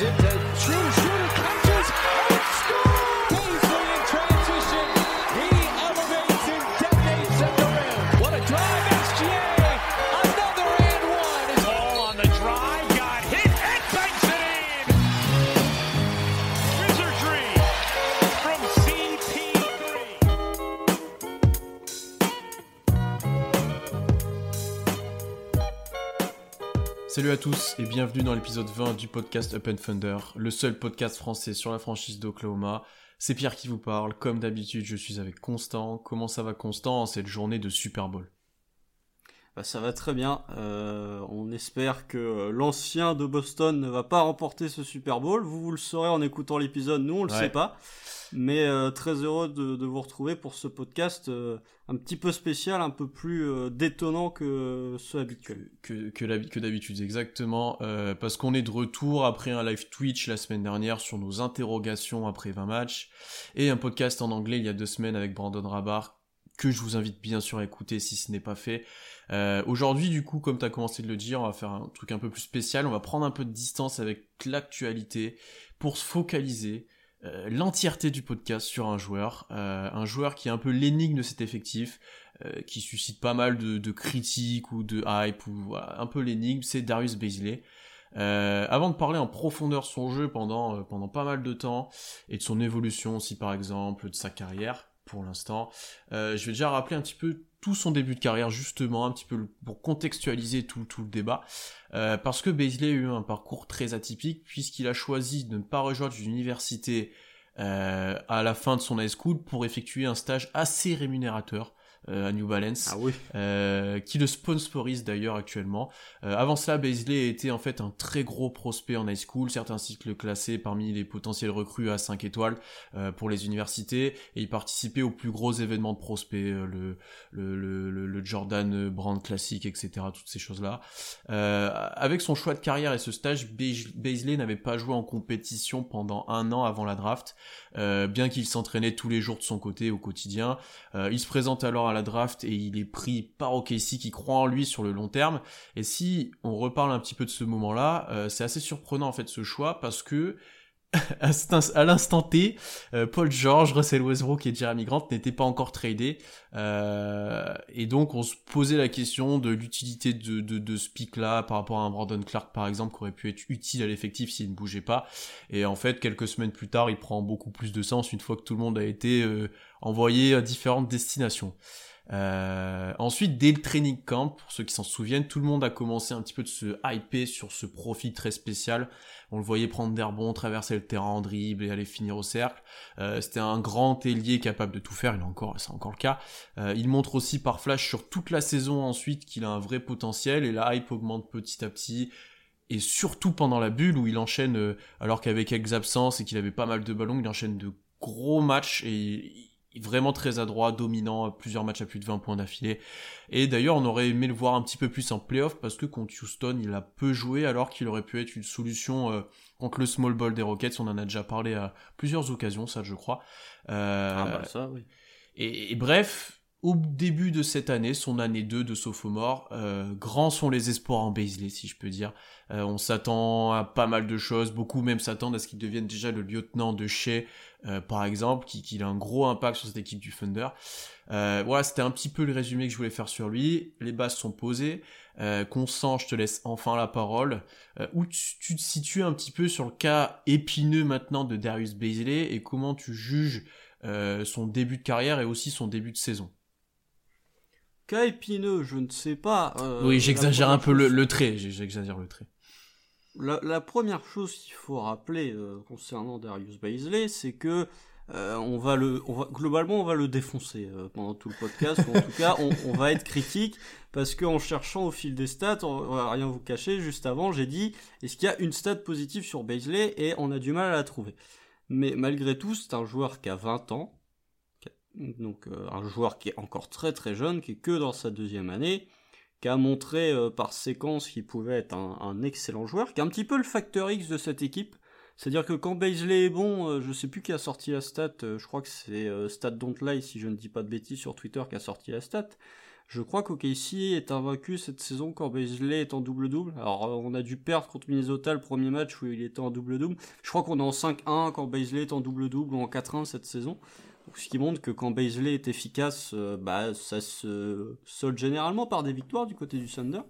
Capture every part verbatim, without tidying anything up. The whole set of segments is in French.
Gives it to Schroeder. Schroeder catches and scores! Beasley in transition. He elevates and detonates at the rim. What a drive, S G A! Another and one. Is all on the drive. Got hit and banks it in. Wizardry from C P three. Salut à tous et bienvenue dans l'épisode vingt du podcast Up and Thunder, le seul podcast français sur la franchise d'Oklahoma. C'est Pierre qui vous parle, comme d'habitude je suis avec Constant. Comment ça va Constant en cette journée de Super Bowl? Bah, ça va très bien, euh, on espère que l'ancien de Boston ne va pas remporter ce Super Bowl, vous, vous le saurez en écoutant l'épisode, nous on le ouais. sait pas, mais euh, très heureux de, de vous retrouver pour ce podcast euh, un petit peu spécial, un peu plus euh, détonnant que ceux habituels. Que, que, que, que d'habitude, exactement, euh, parce qu'on est de retour après un live Twitch la semaine dernière sur nos interrogations après vingt matchs, et un podcast en anglais il y a deux semaines avec Brandon Rabar, que je vous invite bien sûr à écouter si ce n'est pas fait. Euh, aujourd'hui, du coup, comme tu as commencé de le dire, on va faire un truc un peu plus spécial, on va prendre un peu de distance avec l'actualité pour se focaliser euh, l'entièreté du podcast sur un joueur, euh, un joueur qui est un peu l'énigme de cet effectif, euh, qui suscite pas mal de, de critiques ou de hype, ou voilà, un peu l'énigme, c'est Darius Bazley. Euh, avant de parler en profondeur de son jeu pendant, euh, pendant pas mal de temps, et de son évolution aussi par exemple, de sa carrière, pour l'instant, euh, je vais déjà rappeler un petit peu tout son début de carrière, justement, un petit peu pour contextualiser tout, tout le débat, euh, parce que Bazley a eu un parcours très atypique, puisqu'il a choisi de ne pas rejoindre une université euh, à la fin de son high school pour effectuer un stage assez rémunérateur euh, à New Balance, Ah oui. euh, qui le sponsorise d'ailleurs actuellement. Euh, avant cela, Bazley était en fait un très gros prospect en high school, certains cycles le classaient parmi les potentiels recrues à cinq étoiles euh, pour les universités, et il participait aux plus gros événements de prospects, euh, le, le, le, le Jordan Brand Classic, et cetera, toutes ces choses-là. Euh, avec son choix de carrière et ce stage, Bazley n'avait pas joué en compétition pendant un an avant la draft, euh, bien qu'il s'entraînait tous les jours de son côté au quotidien. Euh, il se présente alors à la draft et il est pris par O K C qui croit en lui sur le long terme. Et si on reparle un petit peu de ce moment-là, euh, c'est assez surprenant en fait ce choix, parce que à l'instant T, euh, Paul George, Russell Westbrook et Jeremy Grant n'étaient pas encore tradés, euh, et donc on se posait la question de l'utilité de, de, de ce pick-là par rapport à un Brandon Clark par exemple, qui aurait pu être utile à l'effectif s'il ne bougeait pas. Et en fait, quelques semaines plus tard, il prend beaucoup plus de sens une fois que tout le monde a été euh, envoyé à différentes destinations. Euh, ensuite, dès le training camp, pour ceux qui s'en souviennent, tout le monde a commencé un petit peu de se hyper sur ce profil très spécial. On le voyait prendre des rebonds, traverser le terrain en dribble et aller finir au cercle. Euh, c'était un grand ailier capable de tout faire, il est encore, c'est encore le cas. Euh, il montre aussi par flash sur toute la saison ensuite qu'il a un vrai potentiel, et la hype augmente petit à petit. Et surtout pendant la bulle où il enchaîne, euh, alors qu'avec quelques absences et qu'il avait pas mal de ballons, il enchaîne de gros matchs et vraiment très adroit, dominant, plusieurs matchs à plus de vingt points d'affilée. Et d'ailleurs, on aurait aimé le voir un petit peu plus en playoff, parce que contre Houston, il a peu joué, alors qu'il aurait pu être une solution euh, contre le small ball des Rockets. On en a déjà parlé à plusieurs occasions, ça je crois. Euh, Ah bah ça, oui. Et, et bref, au début de cette année, son année deux de sophomore, euh, grands sont les espoirs en Bazley, si je peux dire. Euh, on s'attend à pas mal de choses, beaucoup même s'attendent à ce qu'il devienne déjà le lieutenant de Shea, euh, par exemple, qui, qui a un gros impact sur cette équipe du Thunder. Euh, voilà, c'était un petit peu le résumé que je voulais faire sur lui. Les bases sont posées. Euh, Constant, je te laisse enfin la parole. Euh, où tu, tu te situes un petit peu sur le cas épineux maintenant de Darius Bazley, et comment tu juges euh, son début de carrière et aussi son début de saison? Cas épineux, je ne sais pas. Euh, oui, j'exagère un peu chose... le, le trait, j'exagère le trait. La, la première chose qu'il faut rappeler euh, concernant Darius Bazley, c'est que euh, on va le, on va, globalement, on va le défoncer euh, pendant tout le podcast. En tout cas, on, on va être critique, parce qu'en cherchant au fil des stats, on, on va rien vous cacher. Juste avant, j'ai dit, est-ce qu'il y a une stat positive sur Bazley, et on a du mal à la trouver. Mais malgré tout, c'est un joueur qui a vingt ans, donc euh, un joueur qui est encore très très jeune, qui est que dans sa deuxième année, qui a montré euh, par séquence qu'il pouvait être un, un excellent joueur, qui est un petit peu le facteur X de cette équipe. C'est-à-dire que quand Bazley est bon, euh, je sais plus qui a sorti la stat, euh, je crois que c'est euh, Stat Don't Lie, si je ne dis pas de bêtises, sur Twitter, qui a sorti la stat. Je crois qu'O K C est invaincu cette saison quand Beasley est en double-double. Alors, on a dû perdre contre Minnesota le premier match où il était en double-double. Je crois qu'on est en cinq un quand Beasley est en double-double ou en quatre un cette saison. Donc, ce qui montre que quand Beasley est efficace, euh, bah, ça se solde généralement par des victoires du côté du Thunder.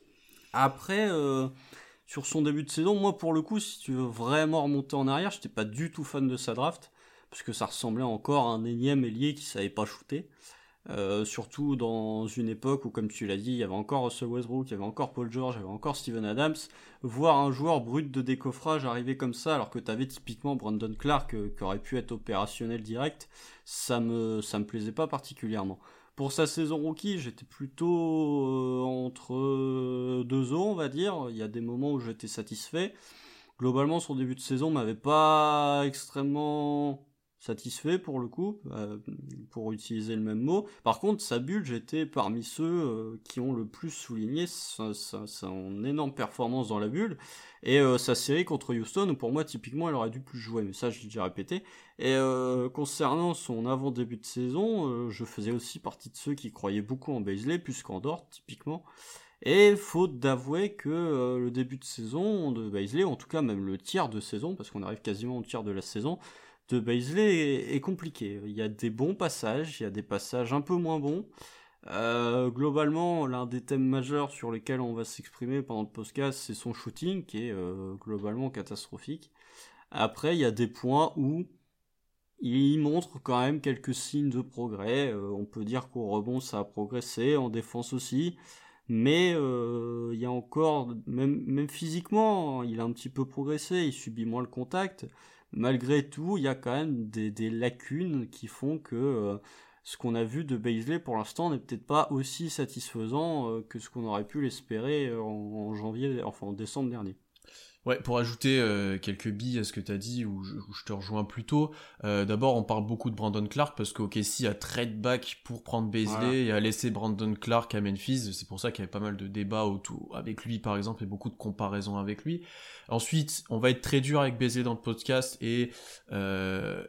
Après, euh, sur son début de saison, moi, pour le coup, si tu veux vraiment remonter en arrière, j'étais pas du tout fan de sa draft, parce que ça ressemblait encore à un énième ailier qui savait pas shooter. Euh, surtout dans une époque où, comme tu l'as dit, il y avait encore Russell Westbrook, il y avait encore Paul George, il y avait encore Steven Adams. Voir un joueur brut de décoffrage arriver comme ça, alors que tu avais typiquement Brandon Clark euh, qui aurait pu être opérationnel direct, ça me ça me plaisait pas particulièrement. Pour sa saison rookie, j'étais plutôt euh, entre deux eaux, on va dire. Il y a des moments où j'étais satisfait. Globalement, son début de saison m'avait pas extrêmement satisfait pour le coup, euh, pour utiliser le même mot. Par contre, sa bulle, j'étais parmi ceux euh, qui ont le plus souligné sa, sa, son énorme performance dans la bulle, et euh, sa série contre Houston, où pour moi, typiquement, elle aurait dù plus jouer, mais ça, je l'ai déjà répété. Et euh, concernant son avant-début de saison, euh, je faisais aussi partie de ceux qui croyaient beaucoup en Beasley, plus qu'en Dort, typiquement. Et faute d'avouer que euh, le début de saison de Beasley, en tout cas même le tiers de saison, parce qu'on arrive quasiment au tiers de la saison, de Beasley est, est compliqué. Il y a des bons passages, il y a des passages un peu moins bons. Euh, globalement, l'un des thèmes majeurs sur lesquels on va s'exprimer pendant le podcast, c'est son shooting, qui est euh, globalement catastrophique. Après, il y a des points où il montre quand même quelques signes de progrès. Euh, on peut dire qu'au rebond, ça a progressé, en défense aussi. Mais euh, il y a encore, même, même physiquement, il a un petit peu progressé, il subit moins le contact. Malgré tout, il y a quand même des, des lacunes qui font que euh, ce qu'on a vu de Beasley pour l'instant n'est peut-être pas aussi satisfaisant euh, que ce qu'on aurait pu l'espérer en, en janvier, enfin en décembre dernier. Ouais, pour ajouter euh, quelques billes à ce que tu as dit, où je, où je te rejoins plutôt, euh, d'abord on parle beaucoup de Brandon Clark, parce qu'O K C a trade back pour prendre Beasley, voilà, et a laissé Brandon Clark à Memphis. C'est pour ça qu'il y avait pas mal de débats autour, avec lui par exemple, et beaucoup de comparaisons avec lui. Ensuite, on va être très dur avec Beasley dans le podcast, et, euh,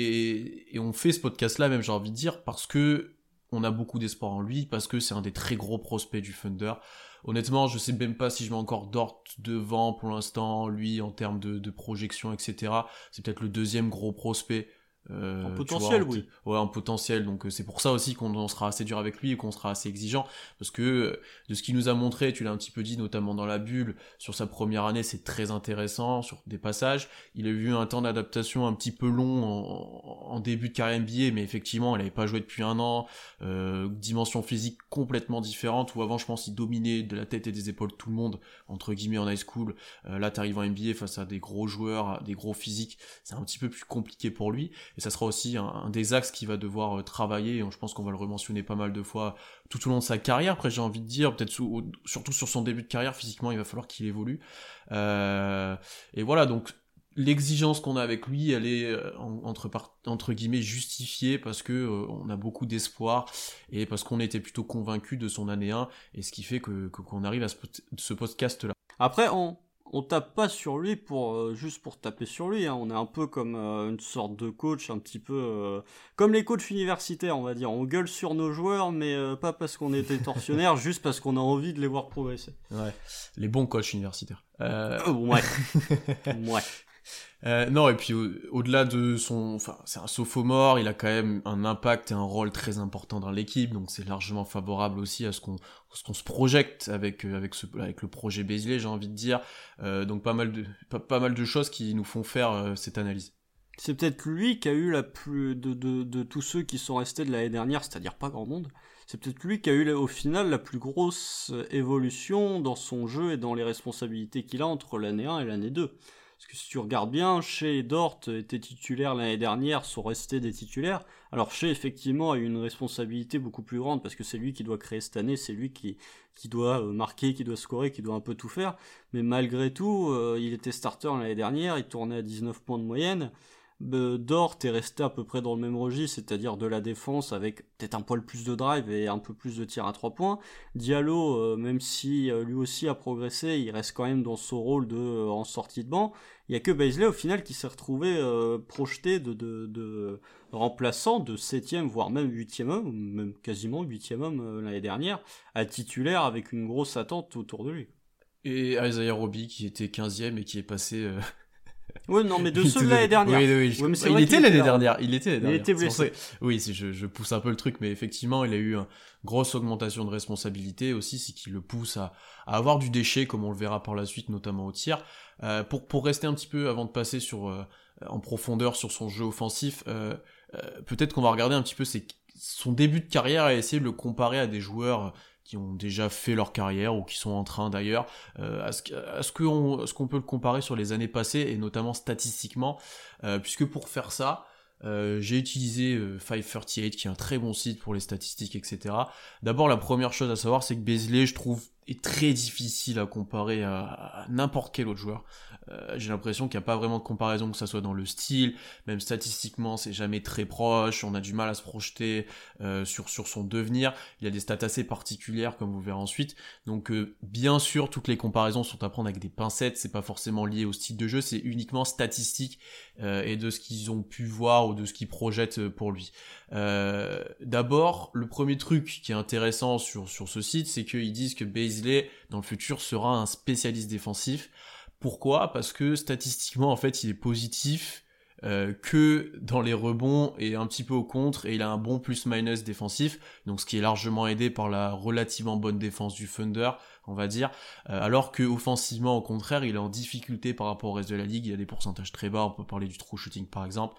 et, et on fait ce podcast-là même, j'ai envie de dire, parce que on a beaucoup d'espoir en lui, parce que c'est un des très gros prospects du Thunder. Honnêtement, je sais même pas si je mets encore Dort devant pour l'instant, lui en termes de, de projection, et cetera. C'est peut-être le deuxième gros prospect. Euh, en potentiel, vois, oui. Ouais, en potentiel. Donc euh, c'est pour ça aussi qu'on sera assez dur avec lui et qu'on sera assez exigeant, parce que euh, de ce qu'il nous a montré, tu l'as un petit peu dit, notamment dans la bulle, sur sa première année, c'est très intéressant sur des passages. Il a eu un temps d'adaptation un petit peu long en, en début de carrière N B A, mais effectivement, il n'avait pas joué depuis un an. Euh, dimension physique complètement différente, où avant, je pense, il dominait de la tête et des épaules tout le monde, entre guillemets, en high school. Euh, là, t'arrives en N B A face à des gros joueurs, des gros physiques, c'est un petit peu plus compliqué pour lui. Et ça sera aussi un, un des axes qu'il va devoir euh, travailler, et je pense qu'on va le rementionner pas mal de fois tout au long de sa carrière. Après, j'ai envie de dire, peut-être sous, surtout sur son début de carrière, physiquement, il va falloir qu'il évolue. Euh, et voilà, donc l'exigence qu'on a avec lui, elle est euh, entre, entre guillemets justifiée, parce que euh, on a beaucoup d'espoir, et parce qu'on était plutôt convaincus de son année un, et ce qui fait que, que qu'on arrive à ce, ce podcast-là. Après, on... on tape pas sur lui pour euh, juste pour taper sur lui, hein. On est un peu comme euh, une sorte de coach, un petit peu euh, comme les coachs universitaires, on va dire. On gueule sur nos joueurs, mais euh, pas parce qu'on est des tortionnaires, juste parce qu'on a envie de les voir progresser. Ouais, les bons coachs universitaires. Euh... Euh, ouais. ouais. Euh, non, et puis au- au-delà de son, enfin, c'est un sophomore, il a quand même un impact et un rôle très important dans l'équipe, donc c'est largement favorable aussi à ce qu'on, ce qu'on se projette avec euh, avec ce, avec le projet Beasley, j'ai envie de dire. Euh, donc pas mal de pas, pas mal de choses qui nous font faire euh, cette analyse. C'est peut-être lui qui a eu la plus de, de, de tous ceux qui sont restés de l'année dernière, c'est-à-dire pas grand monde. C'est peut-être lui qui a eu au final la plus grosse évolution dans son jeu et dans les responsabilités qu'il a entre l'année un et l'année deux. Parce que si tu regardes bien, Shea et Dort étaient titulaires l'année dernière, sont restés des titulaires. Alors Shea, effectivement, a eu une responsabilité beaucoup plus grande, parce que c'est lui qui doit créer cette année, c'est lui qui, qui doit marquer, qui doit scorer, qui doit un peu tout faire. Mais malgré tout, euh, il était starter l'année dernière, il tournait à dix-neuf points de moyenne. Euh, Dort est resté à peu près dans le même registre, c'est-à-dire de la défense avec peut-être un poil plus de drive et un peu plus de tir à trois points. Diallo, euh, même si euh, lui aussi a progressé, il reste quand même dans son rôle de euh, en sortie de banc. Il y a que Bazley au final qui s'est retrouvé euh, projeté de, de, de remplaçant de septième voire même huitième homme, même quasiment huitième homme euh, l'année dernière, à titulaire avec une grosse attente autour de lui. Et Isaiah Roby qui était quinzième et qui est passé... Euh... Oui, non, mais de ceux de l'année dernière. Oui, oui, je... ouais, mais c'est il vrai était qu'il l'année était dernière. Il était l'année dernière. Il était blessé. Que... Oui, si je, je pousse un peu le truc, mais effectivement, il a eu une grosse augmentation de responsabilité aussi, c'est qui le pousse à, à avoir du déchet, comme on le verra par la suite, notamment au tir. Euh, pour, pour rester un petit peu, avant de passer sur, euh, en profondeur sur son jeu offensif, euh, euh, peut-être qu'on va regarder un petit peu ses, son début de carrière et essayer de le comparer à des joueurs qui ont déjà fait leur carrière ou qui sont en train d'ailleurs, euh, à ce, à ce qu'on, ce qu'on peut le comparer sur les années passées et notamment statistiquement, euh, puisque pour faire ça, euh, j'ai utilisé euh, cinq cent trente-huit qui est un très bon site pour les statistiques, et cetera. D'abord, la première chose à savoir, c'est que Bazley, je trouve, est très difficile à comparer à, à n'importe quel autre joueur. Euh, j'ai l'impression qu'il n'y a pas vraiment de comparaison, que ça soit dans le style, même statistiquement, c'est jamais très proche, on a du mal à se projeter euh, sur, sur son devenir. Il y a des stats assez particulières, comme vous verrez ensuite. Donc, euh, bien sûr, toutes les comparaisons sont à prendre avec des pincettes, c'est pas forcément lié au style de jeu, c'est uniquement statistique euh, et de ce qu'ils ont pu voir ou de ce qu'ils projettent pour lui. Euh, d'abord, le premier truc qui est intéressant sur, sur ce site, c'est qu'ils disent que Bazley, dans le futur, sera un spécialiste défensif. Pourquoi ? Parce que statistiquement, en fait, il est positif euh, que dans les rebonds et un petit peu au contre, et il a un bon plus-minus défensif, donc ce qui est largement aidé par la relativement bonne défense du Thunder, on va dire, euh, alors que offensivement, au contraire, il est en difficulté par rapport au reste de la ligue, il a des pourcentages très bas, on peut parler du true shooting par exemple,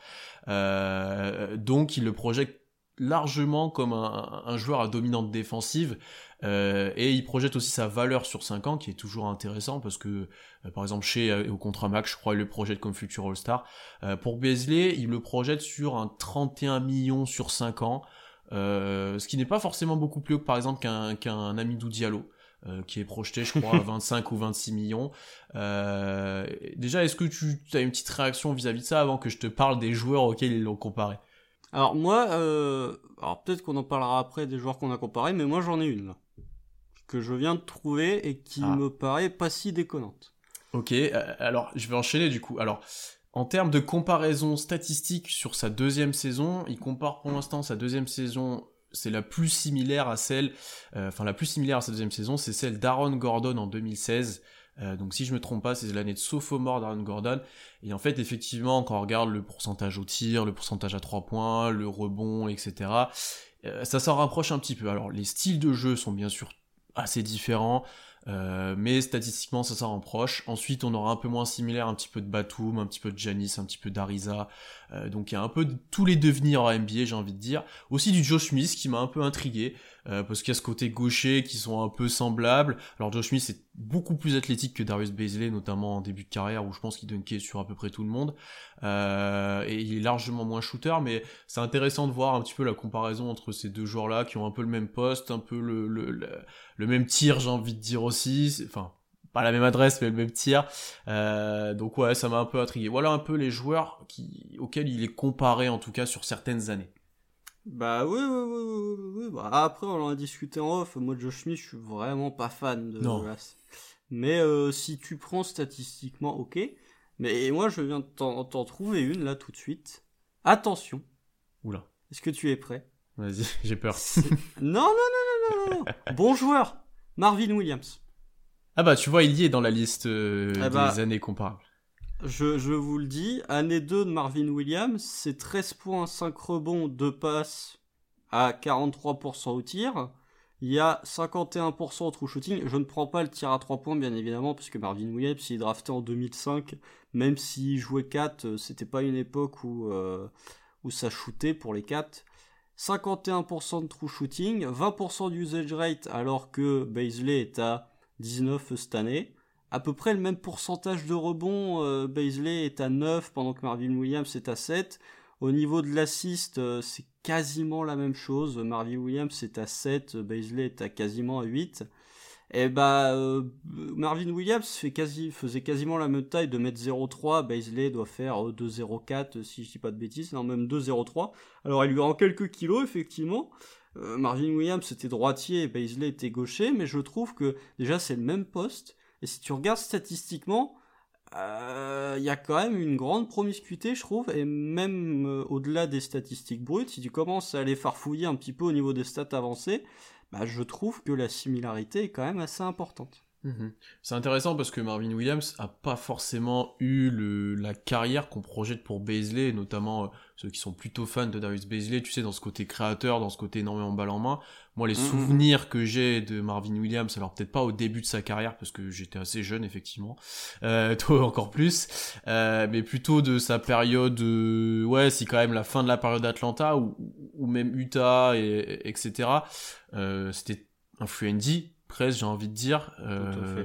euh, donc il le projette largement comme un, un joueur à dominante défensive, euh, et il projette aussi sa valeur sur cinq ans, qui est toujours intéressant, parce que, euh, par exemple, chez euh, au contrat max, je crois, il le projette comme futur All-Star. Euh, pour Bazley, il le projette sur un trente et un millions sur cinq ans, euh, ce qui n'est pas forcément beaucoup plus haut que, par exemple, qu'un, qu'un Hamidou Diallo, euh, qui est projeté, je crois, à vingt-cinq ou vingt-six millions. Euh, déjà, est-ce que tu as une petite réaction vis-à-vis de ça, avant que je te parle des joueurs auxquels ils l'ont comparé ? Alors moi, euh, alors peut-être qu'on en parlera après des joueurs qu'on a comparés, mais moi j'en ai une là, que je viens de trouver et qui ah. me paraît pas si déconnante. Ok, euh, alors je vais enchaîner du coup. Alors, en termes de comparaison statistique sur sa deuxième saison, il compare pour l'instant sa deuxième saison, c'est la plus similaire à celle, euh, enfin la plus similaire à sa deuxième saison, c'est celle d'Aaron Gordon en deux mille seize. Euh, donc si je me trompe pas, c'est l'année de sophomore d'Aaron Gordon. Et en fait, effectivement, quand on regarde le pourcentage au tir, le pourcentage à trois points, le rebond, et cetera, euh, ça s'en rapproche un petit peu. Alors les styles de jeu sont bien sûr assez différents, euh, mais statistiquement ça s'en rapproche. Ensuite, on aura un peu moins similaire, un petit peu de Batum, un petit peu de Giannis, un petit peu d'Ariza. Euh, donc il y a un peu de tous les devenirs en N B A, j'ai envie de dire. Aussi du Josh Smith qui m'a un peu intrigué, euh, parce qu'il y a ce côté gaucher qui sont un peu semblables. Alors Josh Smith est beaucoup plus athlétique que Darius Bazley, notamment en début de carrière, où je pense qu'il dunkait sur à peu près tout le monde. Euh, et il est largement moins shooter, mais c'est intéressant de voir un petit peu la comparaison entre ces deux joueurs-là, qui ont un peu le même poste, un peu le, le, le, le même tir, j'ai envie de dire aussi. Enfin, pas la même adresse, mais le même tir. Euh, donc ouais, ça m'a un peu intrigué. Voilà un peu les joueurs qui, auxquels il est comparé, en tout cas, sur certaines années. Bah oui, oui, oui, oui, oui. Bah, après, on en a discuté en off. Moi, Josh Smith, je suis vraiment pas fan de non. Las. Mais euh, si tu prends statistiquement, ok. Mais moi, je viens de t'en, t'en trouver une, là, tout de suite. Attention. Oula. Est-ce que tu es prêt ? Vas-y, j'ai peur. non, non, non, non, non, non. Bon joueur. Marvin Williams. Ah bah, tu vois, il y est dans la liste euh, eh des bah, années comparables. Je, je vous le dis, année deux de Marvin Williams, c'est treize points, cinq rebonds, deux passes à quarante-trois pour cent au tir. Il y a cinquante et un pour cent au true shooting. Je ne prends pas le tir à trois points, bien évidemment, puisque Marvin Williams, il est drafté en deux mille cinq. Même s'il jouait quatre, c'était pas une époque où, euh, où ça shootait pour les quatre. cinquante et un pour cent de true shooting, vingt pour cent d'usage rate, alors que Bazley est à dix-neuf cette année. À peu près le même pourcentage de rebond, euh, Bazley est à neuf, pendant que Marvin Williams est à sept. Au niveau de l'assist, euh, c'est quasiment la même chose. Marvin Williams est à sept, Bazley est à quasiment à huit. Et bah, euh, Marvin Williams fait quasi, faisait quasiment la même taille, de deux mètres zéro trois, Bazley doit faire deux mètres zéro quatre, si je dis pas de bêtises, non, même deux mètres zéro trois. Alors, il lui rend quelques kilos, effectivement. Euh, Marvin Williams était droitier et Bazley était gaucher, mais je trouve que, déjà, c'est le même poste. Et si tu regardes statistiquement, il euh, y a quand même une grande promiscuité, je trouve, et même euh, au-delà des statistiques brutes, si tu commences à aller farfouiller un petit peu au niveau des stats avancées, bah, je trouve que la similarité est quand même assez importante. Mmh. C'est intéressant parce que Marvin Williams a pas forcément eu le, la carrière qu'on projette pour Bazley, notamment euh, ceux qui sont plutôt fans de Darius Bazley, tu sais, dans ce côté créateur, dans ce côté énormément balle en main. Moi, les mmh. souvenirs que j'ai de Marvin Williams, alors peut-être pas au début de sa carrière, parce que j'étais assez jeune, effectivement, euh, toi encore plus, euh, mais plutôt de sa période, euh, ouais, si quand même la fin de la période Atlanta, ou, ou même Utah, et, et, etc. Euh, c'était un free and D, presque, j'ai envie de dire. Euh,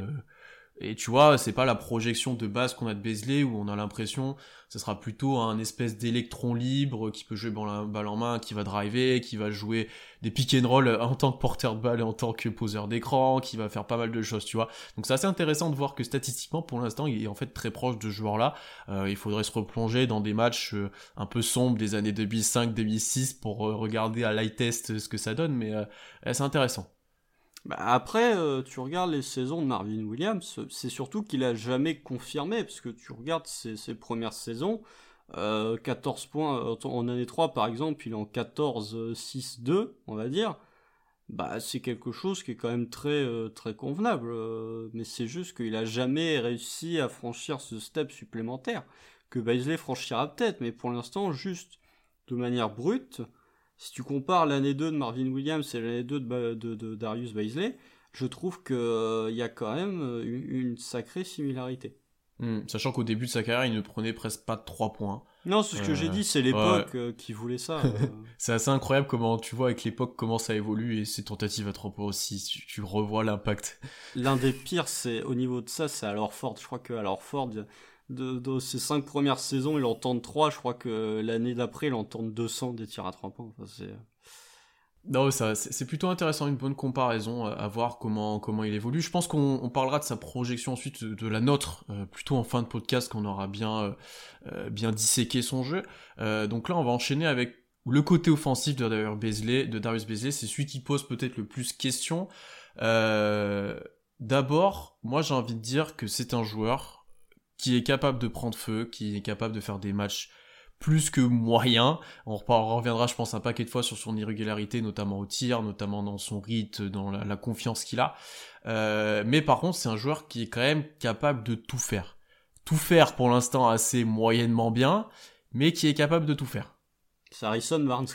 et tu vois, c'est pas la projection de base qu'on a de Bazley où on a l'impression que ce sera plutôt un espèce d'électron libre qui peut jouer balle en main, qui va driver, qui va jouer des pick and roll en tant que porteur de balle et en tant que poseur d'écran, qui va faire pas mal de choses, tu vois. Donc c'est assez intéressant de voir que statistiquement, pour l'instant, il est en fait très proche de ce joueur-là. Euh, il faudrait se replonger dans des matchs euh, un peu sombres des années deux mille cinq deux mille six pour euh, regarder à l'eye test ce que ça donne, mais euh, c'est intéressant. Bah après, euh, tu regardes les saisons de Marvin Williams, c'est surtout qu'il a jamais confirmé, parce que tu regardes ses, ses premières saisons, euh, quatorze points, en année trois par exemple, il est en quatorze six deux, on va dire, bah c'est quelque chose qui est quand même très, euh, très convenable, euh, mais c'est juste qu'il a jamais réussi à franchir ce step supplémentaire, que Bazley franchira peut-être, mais pour l'instant, juste de manière brute. Si tu compares l'année deux de Marvin Williams et l'année deux de, de, de Darius Bazley, je trouve qu'il euh, y a quand même une, une sacrée similarité. Mmh, sachant qu'au début de sa carrière, il ne prenait presque pas de trois points. Non, c'est ce que euh, j'ai dit, c'est l'époque ouais. euh, qui voulait ça. Euh. C'est assez incroyable comment, tu vois, avec l'époque, comment ça évolue et ses tentatives à trois points aussi, tu, tu revois l'impact. L'un des pires, c'est au niveau de ça, c'est à Horford. Je crois qu'à Horford, de, de ses cinq premières saisons, il en tente trois. Je crois que l'année d'après, il en tente deux cents des tirs à trois points. Enfin, c'est... Non, ça, c'est, c'est plutôt intéressant, une bonne comparaison, à voir comment, comment il évolue. Je pense qu'on on parlera de sa projection ensuite, de, de la nôtre, euh, plutôt en fin de podcast, qu'on aura bien, euh, bien disséqué son jeu. Euh, donc là, on va enchaîner avec le côté offensif de Darius Bazley. De Darius Bazley, c'est celui qui pose peut-être le plus question. Euh, d'abord, moi j'ai envie de dire que c'est un joueur qui est capable de prendre feu, qui est capable de faire des matchs plus que moyen. On reviendra, je pense, un paquet de fois sur son irrégularité, notamment au tir, notamment dans son rythme, dans la, la confiance qu'il a. Euh, mais par contre, c'est un joueur qui est quand même capable de tout faire. Tout faire pour l'instant assez moyennement bien, mais qui est capable de tout faire. C'est Harrison Barnes.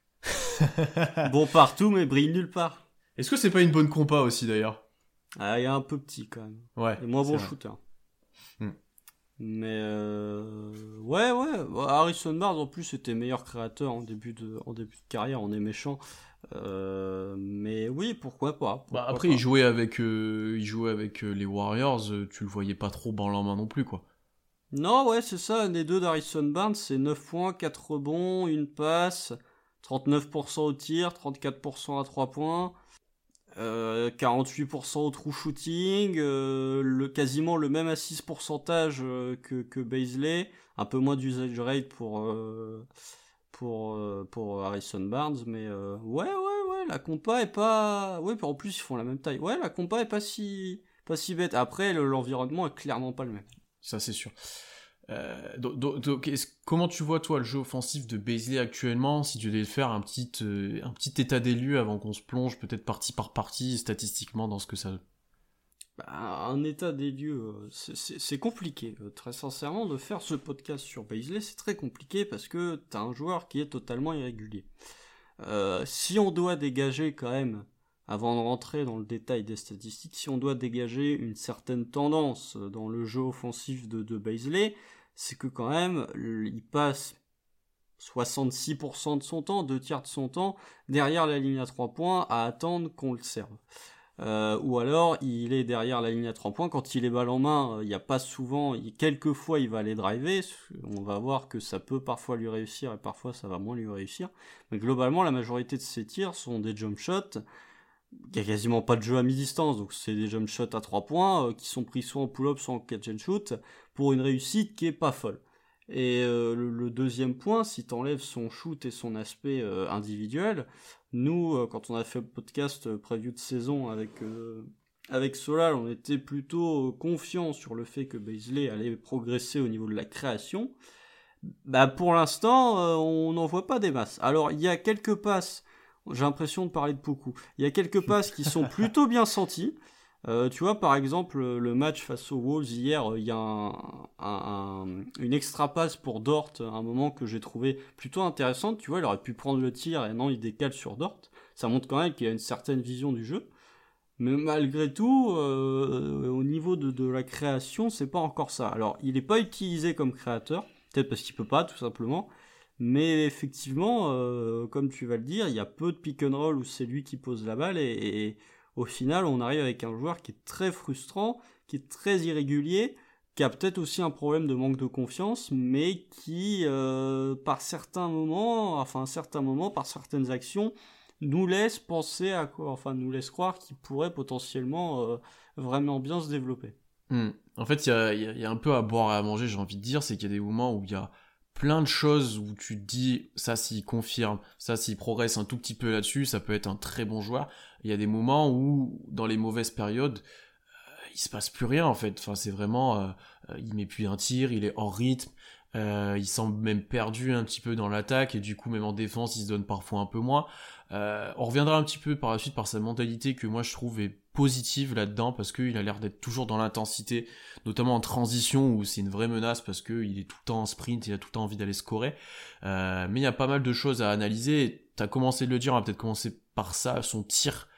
Bon partout, mais brille nulle part. Est-ce que c'est pas une bonne compa aussi, d'ailleurs ? Ah, il est un peu petit, quand même. Ouais. Et moins bon shooter. Hmm. Mais euh... ouais ouais Harrison Barnes en plus était meilleur créateur en début de en début de carrière, on est méchant, euh... mais oui pourquoi pas pourquoi bah après pas. il jouait avec euh, il jouait avec euh, les Warriors, tu le voyais pas trop balle en main non plus quoi. Non ouais c'est ça, les deux d'Harrison Barnes c'est neuf points, quatre rebonds, une passe, trente-neuf pour cent au tir, trente-quatre pour cent à trois points. Euh, quarante-huit pour cent au true shooting, euh, le, quasiment le même assist pourcentage euh, que, que Bazley, un peu moins d'usage rate pour, euh, pour, euh, pour Harrison Barnes, mais euh, ouais, ouais, ouais, la compa est pas... Ouais, en plus ils font la même taille. Ouais, la compa est pas si, pas si bête. Après, le, l'environnement est clairement pas le même. Ça, c'est sûr. Euh, donc, donc, donc comment tu vois toi le jeu offensif de Bazley actuellement, si tu devais faire un petit, euh, un petit état des lieux avant qu'on se plonge peut-être partie par partie statistiquement dans ce que ça... Bah, un état des lieux, c'est, c'est, c'est compliqué, très sincèrement, de faire ce podcast sur Bazley, c'est très compliqué parce que t'as un joueur qui est totalement irrégulier. Euh, si on doit dégager quand même, avant de rentrer dans le détail des statistiques, si on doit dégager une certaine tendance dans le jeu offensif de, de Bazley, c'est que quand même, il passe soixante-six pour cent de son temps, deux tiers de son temps, derrière la ligne à trois points, à attendre qu'on le serve. Euh, ou alors, il est derrière la ligne à trois points, quand il est balle en main, il n'y a pas souvent, il, quelquefois il va aller driver, on va voir que ça peut parfois lui réussir et parfois ça va moins lui réussir, mais globalement la majorité de ses tirs sont des jump shots. il y a quasiment pas de jeu à mi-distance, donc c'est des jump shots à trois points euh, qui sont pris soit en pull-up, soit en catch and shoot, pour une réussite qui est pas folle. Et euh, le, le deuxième point, si t'enlèves son shoot et son aspect euh, individuel, nous, euh, quand on a fait le podcast euh, preview de saison avec euh, avec Solal, on était plutôt confiants sur le fait que Bazley allait progresser au niveau de la création. Bah pour l'instant, euh, on n'en voit pas des masses. Alors il y a quelques passes, j'ai l'impression de parler de beaucoup. Il y a quelques passes qui sont plutôt bien senties. Euh, tu vois, par exemple, le match face aux Wolves hier, il y a un, un, un, une extra passe pour Dort, à un moment que j'ai trouvé plutôt intéressante. Tu vois, il aurait pu prendre le tir et non, il décale sur Dort. Ça montre quand même qu'il y a une certaine vision du jeu. Mais malgré tout, euh, au niveau de, de la création, c'est pas encore ça. Alors, il n'est pas utilisé comme créateur, peut-être parce qu'il peut pas, tout simplement. Mais effectivement, euh, comme tu vas le dire, il y a peu de pick and roll où c'est lui qui pose la balle et, et au final, on arrive avec un joueur qui est très frustrant, qui est très irrégulier, qui a peut-être aussi un problème de manque de confiance, mais qui, euh, par certains moments, enfin, à certains moments, par certaines actions, nous laisse penser à quoi, enfin, nous laisse croire qu'il pourrait potentiellement euh, vraiment bien se développer. Mmh. En fait, il y a, y, a, y a un peu à boire et à manger, j'ai envie de dire, c'est qu'il y a des moments où il y a plein de choses où tu te dis, ça s'il confirme, ça s'il progresse un tout petit peu là-dessus, ça peut être un très bon joueur. Il y a des moments où, dans les mauvaises périodes, euh, il se passe plus rien en fait. Enfin, c'est vraiment, euh, il met plus un tir, il est hors rythme, euh, il semble même perdu un petit peu dans l'attaque et du coup même en défense, il se donne parfois un peu moins. Euh, on reviendra un petit peu par la suite par sa mentalité que moi je trouve est positive là-dedans parce qu'il a l'air d'être toujours dans l'intensité, notamment en transition où c'est une vraie menace parce qu'il est tout le temps en sprint, il a tout le temps envie d'aller scorer. Euh, mais il y a pas mal de choses à analyser. T'as commencé de le dire, on va peut-être commencer par ça, son tir.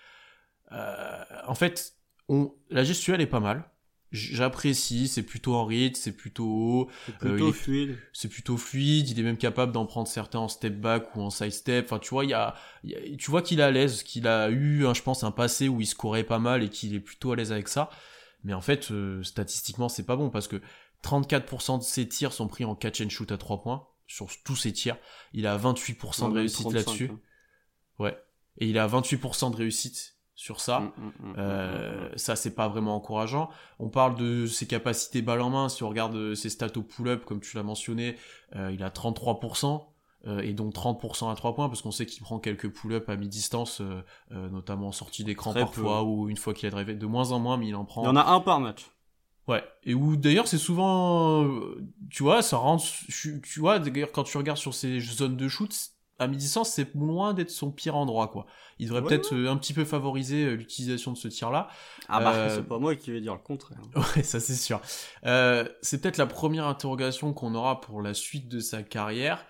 Euh, en fait, on, la gestuelle est pas mal. J'apprécie, c'est plutôt en rythme, c'est plutôt haut, c'est plutôt euh, fluide. Est, c'est plutôt fluide, il est même capable d'en prendre certains en step back ou en side step. Enfin, tu vois, il y a, il y a tu vois qu'il est à l'aise, qu'il a eu, hein, je pense, un passé où il scorait pas mal et qu'il est plutôt à l'aise avec ça. Mais en fait, euh, statistiquement, c'est pas bon parce que trente-quatre pour cent de ses tirs sont pris en catch and shoot à trois points sur tous ses tirs. Il a vingt-huit pour cent de réussite trente-cinq, là-dessus. Hein. Ouais. Et il a vingt-huit pour cent de réussite sur ça. Mmh, mmh, euh, mmh, mmh. Ça, c'est pas vraiment encourageant. On parle de ses capacités balle en main. Si on regarde ses stats au pull-up, comme tu l'as mentionné, euh, il a trente-trois pour cent. Euh, et donc trente pour cent à trois points, parce qu'on sait qu'il prend quelques pull-up à mi-distance, euh, euh, notamment en sortie d'écran Très parfois, peu. Ou une fois qu'il a drivé, de moins en moins, mais il en prend. Il y en a un par match. Ouais, et où d'ailleurs c'est souvent, euh, tu vois, ça rentre, tu vois, d'ailleurs quand tu regardes sur ces zones de shoot, à mi-distance, c'est loin d'être son pire endroit, quoi. Il devrait ouais, peut-être ouais. euh, un petit peu favoriser euh, l'utilisation de ce tir-là. Ah bah, euh... c'est pas moi qui vais dire le contraire. Ouais, ça c'est sûr. Euh, c'est peut-être la première interrogation qu'on aura pour la suite de sa carrière.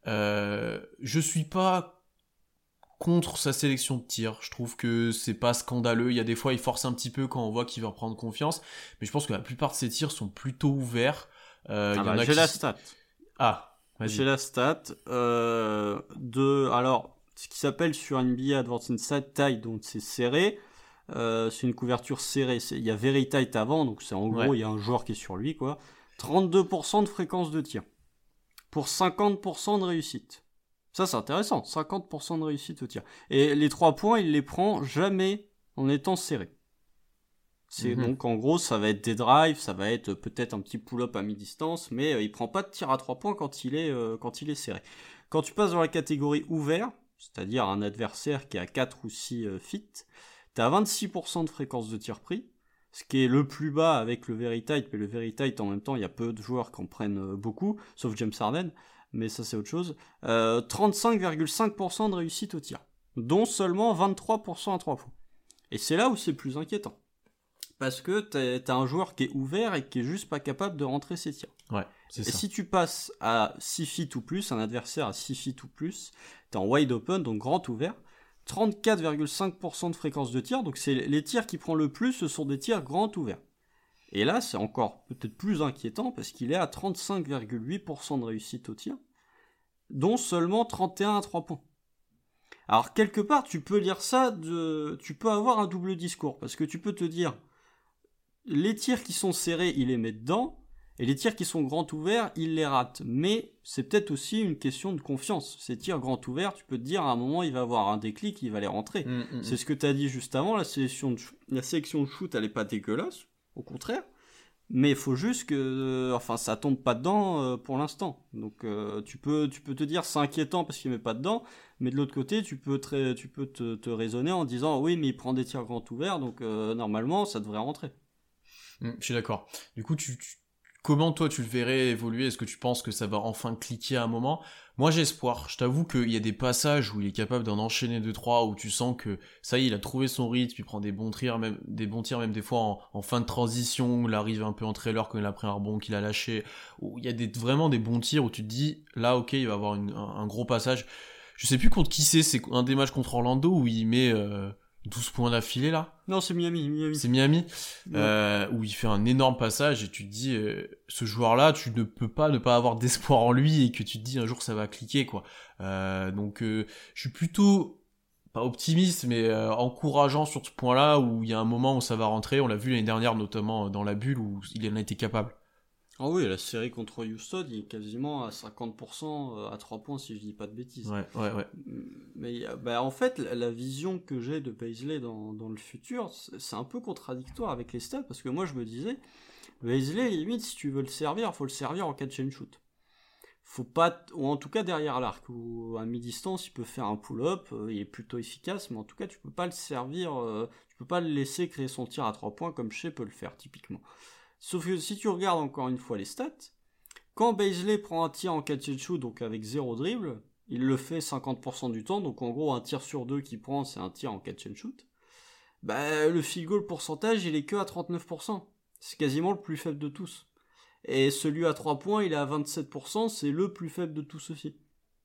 Euh, je suis pas contre sa sélection de tir. Je trouve que c'est pas scandaleux. Il y a des fois, il force un petit peu quand on voit qu'il va reprendre confiance. Mais je pense que la plupart de ses tirs sont plutôt ouverts. Euh, ah il bah, y en a j'ai qui... la stat. Ah. Vas-y. J'ai la stat euh, de alors ce qui s'appelle sur N B A Advanced Insight taille, donc c'est serré, euh, c'est une couverture serrée. Il y a very tight avant, donc c'est en gros ouais. il y a un joueur qui est sur lui quoi. trente-deux pour cent de fréquence de tir pour cinquante pour cent de réussite. Ça c'est intéressant, cinquante pour cent de réussite au tir. Et les trois points il les prend jamais en étant serré. C'est mm-hmm. donc en gros ça va être des drives, ça va être peut-être un petit pull-up à mi-distance, mais euh, il prend pas de tir à trois points quand il est euh, quand il est serré. Quand tu passes dans la catégorie ouvert, c'est-à-dire un adversaire qui a quatre ou six euh, feet, t'as vingt-six pour cent de fréquence de tir pris, ce qui est le plus bas avec le very tight, mais le very tight en même temps il y a peu de joueurs qui en prennent euh, beaucoup, sauf James Harden, mais ça c'est autre chose. Euh, trente-cinq virgule cinq pour cent de réussite au tir, dont seulement vingt-trois pour cent à trois points. Et c'est là où c'est plus inquiétant. Parce que t'as, t'as un joueur qui est ouvert et qui est juste pas capable de rentrer ses tirs. Ouais, c'est et ça. si tu passes à six feet ou plus, un adversaire à six feet ou plus, t'es en wide open, donc grand ouvert, trente-quatre virgule cinq pour cent de fréquence de tir, donc c'est les tirs qui prend le plus, ce sont des tirs grand ouverts. Et là, c'est encore peut-être plus inquiétant parce qu'il est à trente-cinq virgule huit pour cent de réussite au tir, dont seulement trente et un à trois points. Alors quelque part, tu peux lire ça, de... tu peux avoir un double discours, parce que tu peux te dire... les tirs qui sont serrés, il les met dedans, Et les tirs qui sont grands ouverts, il les rate. Mais c'est peut-être aussi une question de confiance. Ces tirs grands ouverts, tu peux te dire à un moment, il va avoir un déclic, il va les rentrer. Mmh, mmh. C'est ce que tu as dit juste avant, la sélection de, la sélection de shoot, elle est pas dégueulasse, au contraire. Mais il faut juste que, euh, enfin, ça tombe pas dedans euh, pour l'instant. Donc, euh, tu peux, tu peux te dire c'est inquiétant parce qu'il met pas dedans, mais de l'autre côté, tu peux, te, tu peux te, te raisonner en disant oui, mais il prend des tirs grands ouverts, donc euh, normalement, ça devrait rentrer. Mmh, je suis d'accord. Du coup, tu, tu, comment toi tu le verrais évoluer ? Est-ce que tu penses que ça va enfin cliquer à un moment ? Moi j'ai espoir. Je t'avoue qu'il y a des passages où il est capable d'en enchaîner deux trois, où tu sens que ça y est, il a trouvé son rythme, il prend des bons tirs, même des bons tirs même des fois en, en fin de transition, où il arrive un peu en trailer quand il a pris un rebond qu'il a lâché, où il y a des, vraiment des bons tirs où tu te dis là ok il va avoir une, un, un gros passage. Je sais plus contre qui c'est, c'est un des matchs contre Orlando où il met euh, douze points d'affilée là. Non, c'est Miami, Miami. C'est Miami, Ouais. euh, où il fait un énorme passage et tu te dis, euh, ce joueur-là, tu ne peux pas ne pas avoir d'espoir en lui et que tu te dis un jour ça va cliquer, quoi. Euh, donc, euh, je suis plutôt, pas optimiste, mais euh, encourageant sur ce point-là, où il y a un moment où ça va rentrer. On l'a vu l'année dernière, notamment dans la bulle, où il en a été capable. Ah oui, la série contre Houston, il est quasiment à cinquante pour cent à trois points, si je dis pas de bêtises. Ouais, ouais, ouais. Mais bah, en fait, la, la vision que j'ai de Bazley dans, dans le futur, c'est, c'est un peu contradictoire avec les stats, parce que moi je me disais, Bazley, limite, si tu veux le servir, faut le servir en catch and shoot. Faut pas, ou en tout cas derrière l'arc, ou à mi-distance, il peut faire un pull-up, euh, il est plutôt efficace, mais en tout cas, tu peux pas le servir, euh, tu peux pas le laisser créer son tir à trois points comme Shea peut le faire, typiquement. Sauf que si tu regardes encore une fois les stats, quand Bazley prend un tir en catch and shoot, donc avec zéro dribble, il le fait cinquante pour cent du temps, donc en gros un tir sur deux qu'il prend c'est un tir en catch and shoot. Bah, le field goal pourcentage il est que à trente-neuf pour cent, c'est quasiment le plus faible de tous. Et celui à trois points il est à vingt-sept pour cent, c'est le plus faible de tous aussi.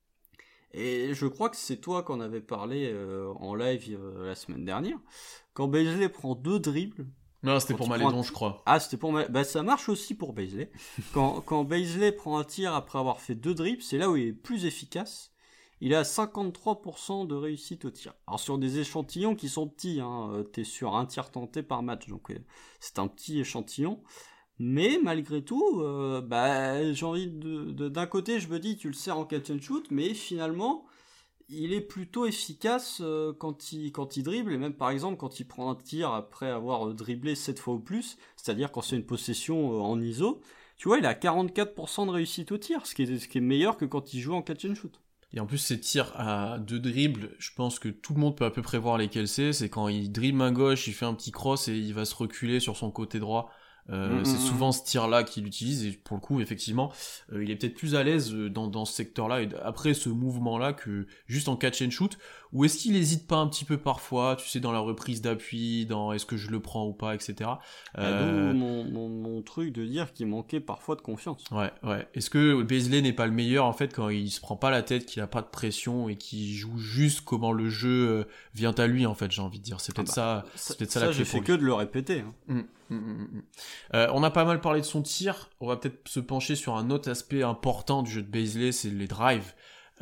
Et je crois que c'est toi qu'on avait parlé euh, en live euh, la semaine dernière, quand Bazley prend deux dribbles. Non, c'était pour Malédon, un... je crois. Ah, c'était pour Malédon. Bah, ça marche aussi pour Bazley. quand, quand Bazley prend un tir après avoir fait deux dribbles, c'est là où il est plus efficace. Il est à cinquante-trois pour cent de réussite au tir. Alors, sur des échantillons qui sont petits, hein, t'es sur un tir tenté par match, donc euh, c'est un petit échantillon. Mais malgré tout, euh, bah, j'ai envie de, de. D'un côté, je me dis, tu le sers en catch and shoot, mais finalement. Il est plutôt efficace euh, quand, il, quand il dribble, et même par exemple quand il prend un tir après avoir euh, dribblé sept fois ou plus, c'est-à-dire quand c'est une possession euh, en I S O, tu vois, il a quarante-quatre pour cent de réussite au tir, ce qui est, ce qui est meilleur que quand il joue en catch and shoot. Et en plus, ces tirs à deux dribbles, je pense que tout le monde peut à peu près voir lesquels c'est. C'est quand il dribble main gauche, il fait un petit cross et il va se reculer sur son côté droit. Euh, mmh, c'est souvent ce tir-là qu'il utilise et pour le coup, effectivement, euh, il est peut-être plus à l'aise dans, dans ce secteur-là et après ce mouvement-là que juste en catch and shoot. Ou est-ce qu'il hésite pas un petit peu parfois, tu sais, dans la reprise d'appui, dans est-ce que je le prends ou pas, et cetera. Euh... D'où mon, mon, mon truc de dire qu'il manquait parfois de confiance. Ouais, ouais. Est-ce que Bazley n'est pas le meilleur en fait quand il se prend pas la tête, qu'il a pas de pression et qu'il joue juste comment le jeu vient à lui en fait, j'ai envie de dire. C'est peut-être ah bah, ça, c'est peut-être ça, ça la clé. Je fais que de le répéter. Hein. Mmh. Mmh, mmh. Euh, on a pas mal parlé de son tir, on va peut-être se pencher sur un autre aspect important du jeu de Bazley, c'est les drives.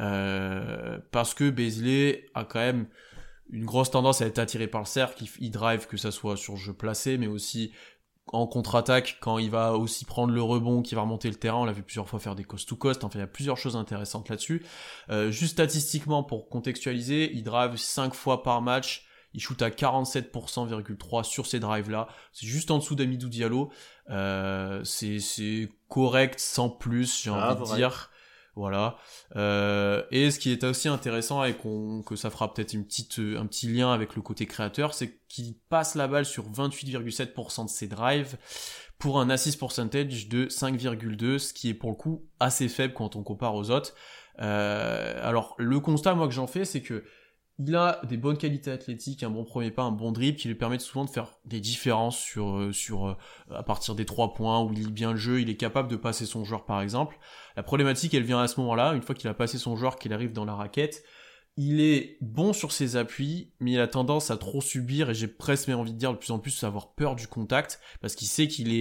Euh, parce que Bazley a quand même une grosse tendance à être attiré par le cercle, il, il drive que ça soit sur jeu placé, mais aussi en contre-attaque, quand il va aussi prendre le rebond, qui va remonter le terrain, on l'a vu plusieurs fois faire des coast-to-coast, enfin il y a plusieurs choses intéressantes là-dessus. Euh, juste statistiquement, pour contextualiser, il drive cinq fois par match, il shoot à quarante-sept pour cent virgule trois sur ces drives-là, c'est juste en dessous d'Amidou Diallo, euh, c'est, c'est correct sans plus, j'ai ah, envie vrai. de dire. Voilà. Euh, et ce qui est aussi intéressant et qu'on, que ça fera peut-être une petite, un petit lien avec le côté créateur, c'est qu'il passe la balle sur vingt-huit virgule sept pour cent de ses drives pour un assist percentage de cinq virgule deux, ce qui est pour le coup assez faible quand on compare aux autres. Euh, alors le constat moi que j'en fais, c'est que il a des bonnes qualités athlétiques, un bon premier pas, un bon dribble qui lui permettent souvent de faire des différences sur, sur, à partir des trois points où il lit bien le jeu, il est capable de passer son joueur par exemple. La problématique elle vient à ce moment-là, une fois qu'il a passé son joueur, qu'il arrive dans la raquette, il est bon sur ses appuis, mais il a tendance à trop subir et j'ai presque envie de dire de plus en plus avoir peur du contact parce qu'il sait qu'il est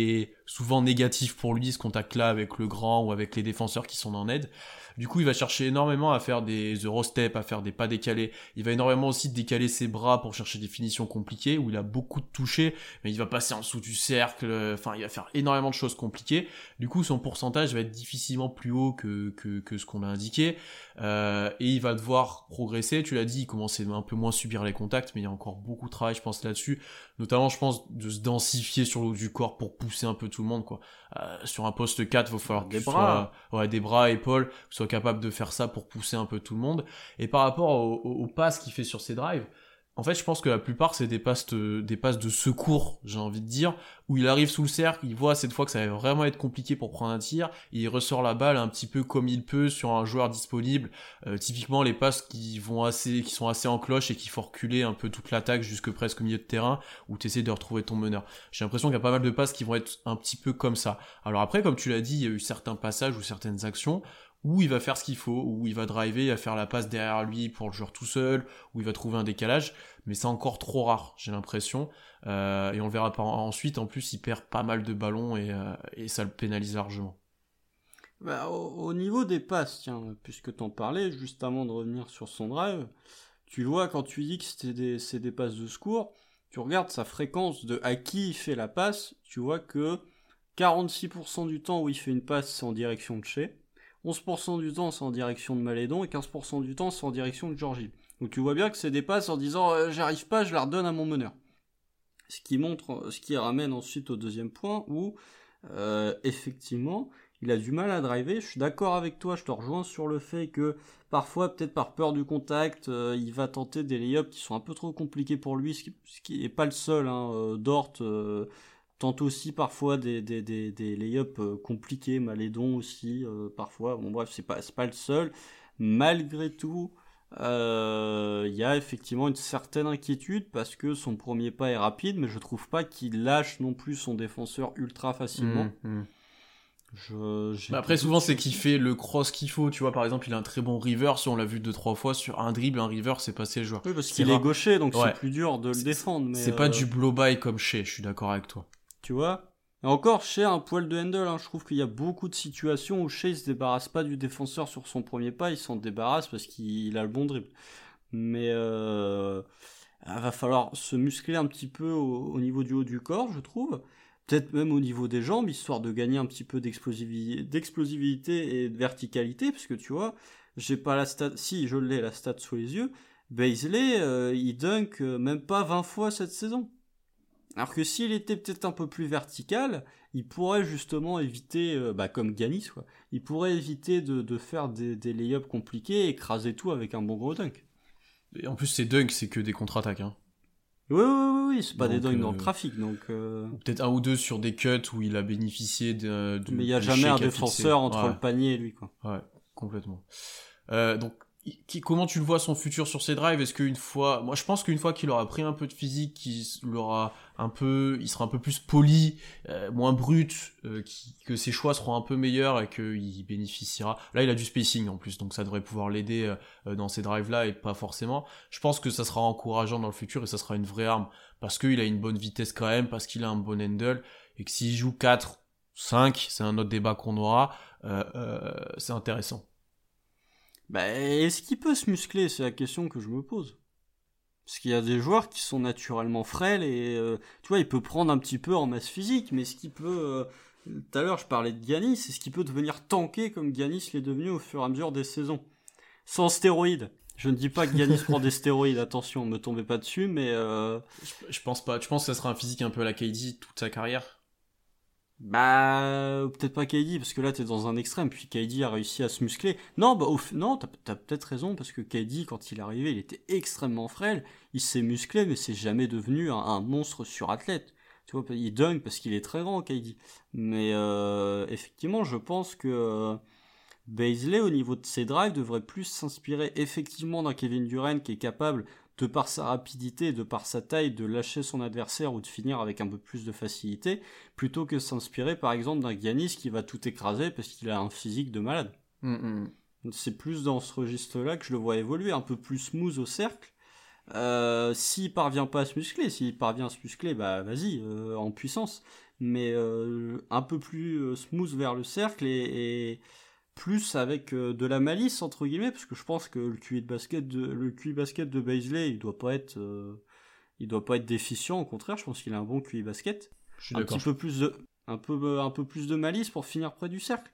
souvent négatif pour lui, ce contact-là avec le grand ou avec les défenseurs qui sont en aide. Du coup, il va chercher énormément à faire des Eurostep, à faire des pas décalés. Il va énormément aussi décaler ses bras pour chercher des finitions compliquées, où il a beaucoup de touchés, mais il va passer en dessous du cercle, enfin, il va faire énormément de choses compliquées. Du coup, son pourcentage va être difficilement plus haut que, que, que ce qu'on a indiqué, euh, et il va devoir progresser. Tu l'as dit, il commençait un peu moins subir les contacts, mais il y a encore beaucoup de travail, je pense, là-dessus. Notamment, je pense, de se densifier sur le haut du corps pour pousser un peu tout le monde, quoi. Euh, sur un poste quatre, il va falloir des que bras. Sois, ouais, des bras, épaules, que tu sois capable de faire ça pour pousser un peu tout le monde. Et par rapport aux, aux, aux passes qu'il fait sur ses drives, en fait, je pense que la plupart, c'est des passes de, des passes de secours, j'ai envie de dire, où il arrive sous le cercle, il voit cette fois que ça va vraiment être compliqué pour prendre un tir, et il ressort la balle un petit peu comme il peut sur un joueur disponible. Euh, typiquement, les passes qui vont assez, qui sont assez en cloche et qui font reculer un peu toute l'attaque jusque presque au milieu de terrain, où tu essaies de retrouver ton meneur. J'ai l'impression qu'il y a pas mal de passes qui vont être un petit peu comme ça. Alors après, comme tu l'as dit, il y a eu certains passages ou certaines actions où il va faire ce qu'il faut, où il va driver, il va faire la passe derrière lui pour le joueur tout seul, où il va trouver un décalage, mais c'est encore trop rare, j'ai l'impression, euh, et on le verra pas ensuite. En plus, il perd pas mal de ballons et, euh, et ça le pénalise largement. Bah, au, au niveau des passes, tiens, puisque t'en parlais, juste avant de revenir sur son drive, tu vois, quand tu dis que c'était des, c'est des passes de secours, tu regardes sa fréquence de à qui il fait la passe, tu vois que quarante-six pour cent du temps où il fait une passe, c'est en direction de Shea, onze pour cent du temps c'est en direction de Malédon et quinze pour cent du temps c'est en direction de Georgie. Donc tu vois bien que c'est des passes en disant euh, j'arrive pas, je la redonne à mon meneur. Ce qui montre, ce qui ramène ensuite au deuxième point où euh, effectivement il a du mal à driver. Je suis d'accord avec toi, je te rejoins sur le fait que parfois peut-être par peur du contact, euh, il va tenter des lay-ups qui sont un peu trop compliqués pour lui, ce qui, ce qui est pas le seul. Hein, euh, Dort euh, tente aussi parfois des, des, des, des lay-ups euh, compliqués, Malédon aussi, euh, parfois. Bon bref, c'est pas, c'est pas le seul. Malgré tout, il euh, y a effectivement une certaine inquiétude parce que son premier pas est rapide, mais je trouve pas qu'il lâche non plus son défenseur ultra facilement. Mmh, mmh. Je, j'ai bah après, tout souvent, de c'est suite- qu'il fait le cross qu'il faut. Tu vois, par exemple, il a un très bon reverse, on l'a vu deux, trois fois, sur un dribble, un reverse, c'est passé le joueur. Oui, parce C'est qu'il est rare. gaucher, donc Ouais. c'est plus dur de le C'est- défendre. Mais C'est pas euh, du blow-by comme chez, je suis d'accord avec toi. Tu vois. Et encore, Shea a un poil de handle. Hein. Je trouve qu'il y a beaucoup de situations où Shea il se débarrasse pas du défenseur sur son premier pas, il s'en débarrasse parce qu'il a le bon dribble. Mais euh, il va falloir se muscler un petit peu au, au niveau du haut du corps, je trouve. Peut-être même au niveau des jambes, histoire de gagner un petit peu d'explosivité, d'explosivité et de verticalité, parce que tu vois, j'ai pas la stat, si je l'ai la stat sous les yeux, Baisley, euh, il dunk euh, même pas vingt fois cette saison. Alors que s'il était peut-être un peu plus vertical, il pourrait justement éviter, euh, bah comme Giannis, quoi, il pourrait éviter de, de faire des, des lay-ups compliqués et écraser tout avec un bon gros dunk. Et en plus, ces dunks, c'est que des contre-attaques, hein. Oui, oui, oui, oui, c'est pas Donc, des dunks euh, dans le trafic, donc... Euh... Ou peut-être un ou deux sur des cuts où il a bénéficié de... de Mais il y a de jamais Shea un qui a défenseur fixé. entre Ouais. le panier et lui, quoi. Ouais, complètement. Euh, donc, qui, comment tu le vois son futur sur ses drives? Est-ce qu'une fois, moi je pense qu'une fois qu'il aura pris un peu de physique, qu'il aura un peu, il sera un peu plus poli, euh, moins brut, euh, qui, que ses choix seront un peu meilleurs et qu'il bénéficiera. Là, il a du spacing en plus, donc ça devrait pouvoir l'aider euh, dans ces drives-là et pas forcément. Je pense que ça sera encourageant dans le futur et ça sera une vraie arme parce qu'il a une bonne vitesse quand même, parce qu'il a un bon handle et que s'il joue quatre, cinq, c'est un autre débat qu'on aura, euh, euh, c'est intéressant. Bah, est-ce qu'il peut se muscler? C'est la question que je me pose. Parce qu'il y a des joueurs qui sont naturellement frêles et, euh, tu vois, il peut prendre un petit peu en masse physique, mais est-ce qu'il peut... Euh, tout à l'heure, je parlais de Giannis, est-ce qu'il peut devenir tanké comme Giannis l'est devenu au fur et à mesure des saisons? Sans stéroïdes. Je ne dis pas que Giannis prend des stéroïdes, attention, me tombez pas dessus, mais... Euh... Je, je pense pas. Tu penses que ça sera un physique un peu à la K D toute sa carrière? Bah, peut-être pas K D, parce que là, t'es dans un extrême, puis K D a réussi à se muscler. Non, bah, au, non, t'as, t'as peut-être raison, parce que K D, quand il est arrivé, il était extrêmement frêle, il s'est musclé, mais c'est jamais devenu un, un monstre surathlète. Tu vois, il dunk parce qu'il est très grand, K D. Mais, euh, effectivement, je pense que, euh, Baisley, au niveau de ses drives, devrait plus s'inspirer effectivement d'un Kevin Durant qui est capable, de par sa rapidité et de par sa taille, de lâcher son adversaire ou de finir avec un peu plus de facilité, plutôt que s'inspirer par exemple d'un Giannis qui va tout écraser parce qu'il a un physique de malade. Mm-hmm. C'est plus dans ce registre-là que je le vois évoluer, un peu plus smooth au cercle. Euh, s'il parvient pas à se muscler, s'il parvient à se muscler, bah vas-y, euh, en puissance. mais euh, un peu plus euh, smooth vers le cercle et, et plus avec euh, de la malice entre guillemets, parce que je pense que le Q I de basket de le Q I basket de Bazley, il doit pas être euh, il doit pas être déficient, au contraire, je pense qu'il a un bon Q I basket. Je suis Un d'accord. petit peu plus de un peu un peu plus de malice pour finir près du cercle.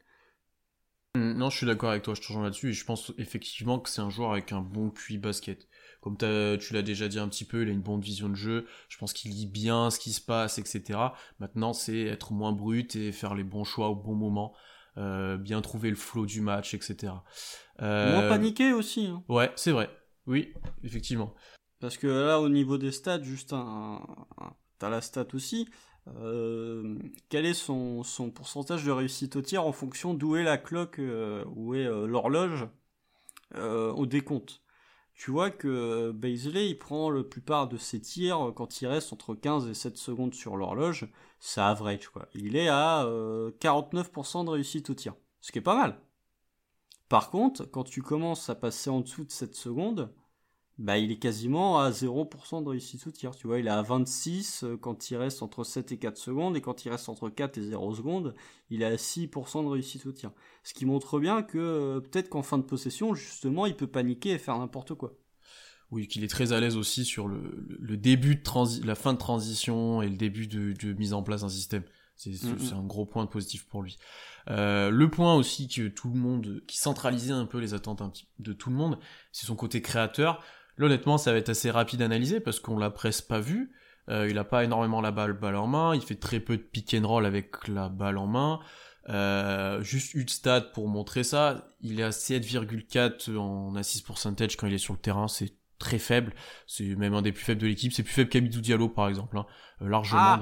Non, je suis d'accord avec toi, je te rejoins là-dessus, et je pense effectivement que c'est un joueur avec un bon Q I basket. Comme t'as- tu l'as déjà dit un petit peu, il a une bonne vision de jeu, je pense qu'il lit bien ce qui se passe, et cetera. Maintenant, c'est être moins brut et faire les bons choix au bon moment, euh, bien trouver le flow du match, et cetera. Euh, Moins paniqué aussi, hein. Ouais, c'est vrai, oui, effectivement. Parce que là, au niveau des stats, juste un, un- t'as la stat aussi. Euh, quel est son, son pourcentage de réussite au tir en fonction d'où est la cloque, euh, où est euh, l'horloge euh, au décompte. Tu vois que Bazley, il prend la plupart de ses tirs quand il reste entre quinze et sept secondes sur l'horloge. C'est average, quoi. Il est à euh, quarante-neuf pour cent de réussite au tir. Ce qui est pas mal. Par contre, quand tu commences à passer en dessous de sept secondes, bah, il est quasiment à zéro pour cent de réussite au tir. Tu vois, il est à vingt-six euh, quand il reste entre sept et quatre secondes, et quand il reste entre quatre et zéro secondes, il est à six pour cent de réussite au tir. Ce qui montre bien que euh, peut-être qu'en fin de possession, justement, il peut paniquer et faire n'importe quoi. Oui, qu'il est très à l'aise aussi sur le, le, le début de transi- la fin de transition et le début de, de mise en place d'un système. C'est, Mm-hmm. c'est un gros point positif pour lui. Euh, le point aussi que tout le monde, qui centralisait un peu les attentes un petit, de tout le monde, c'est son côté créateur. Là, honnêtement, ça va être assez rapide à analyser parce qu'on l'a presque pas vu. Euh, il a pas énormément la balle, balle en main. Il fait très peu de pick and roll avec la balle en main. Euh, juste une stat pour montrer ça. Il est à sept virgule quatre en assist percentage quand il est sur le terrain. C'est très faible. C'est même un des plus faibles de l'équipe. C'est plus faible qu'Amidou Diallo, par exemple. Hein. Euh, largement.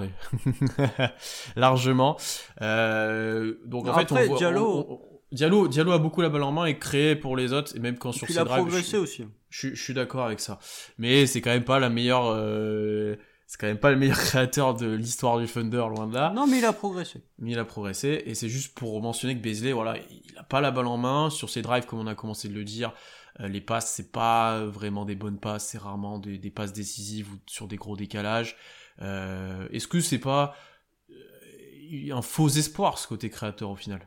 Ah largement. Euh, donc en Après, fait, on voit, Diallo... on, on, Diallo, Diallo a beaucoup la balle en main et créé pour les autres, et même quand Et sur puis ses il a drives, progressé je, aussi. je, je suis d'accord avec ça. Mais c'est quand même pas la meilleure, euh, c'est quand même pas le meilleur créateur de l'histoire du Thunder, loin de là. Non, mais il a progressé. Mais il a progressé, et c'est juste pour mentionner que Bazley, voilà, il a pas la balle en main sur ses drives, comme on a commencé de le dire. Euh, les passes, c'est pas vraiment des bonnes passes, c'est rarement des, des passes décisives ou sur des gros décalages. Euh, est-ce que c'est pas euh, un faux espoir, ce côté créateur, au final?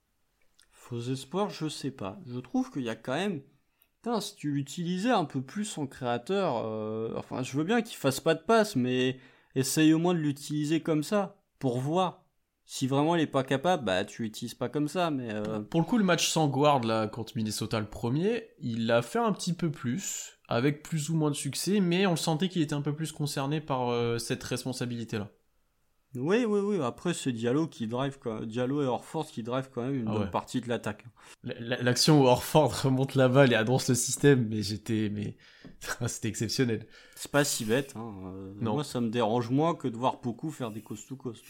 Faux espoir, je sais pas. Je trouve qu'il y a quand même... Putain, si tu l'utilisais un peu plus en créateur... euh, Enfin, je veux bien qu'il fasse pas de passe, mais essaye au moins de l'utiliser comme ça, pour voir. Si vraiment il est pas capable, bah tu l'utilises pas comme ça, mais... Euh... Pour le coup, le match sans guard, là, contre Minnesota, le premier, il l'a fait un petit peu plus, avec plus ou moins de succès, mais on sentait qu'il était un peu plus concerné par euh, cette responsabilité-là. Oui, oui, oui. Après, c'est Diallo qui drive, quoi. Diallo et Horford qui drive quand même une Ah bonne ouais. partie de l'attaque. L'action où Horford remonte la balle et annonce le système, mais j'étais, mais c'était exceptionnel. C'est pas si bête, hein. Euh, Non. Moi, ça me dérange moins que de voir beaucoup faire des coast to coast.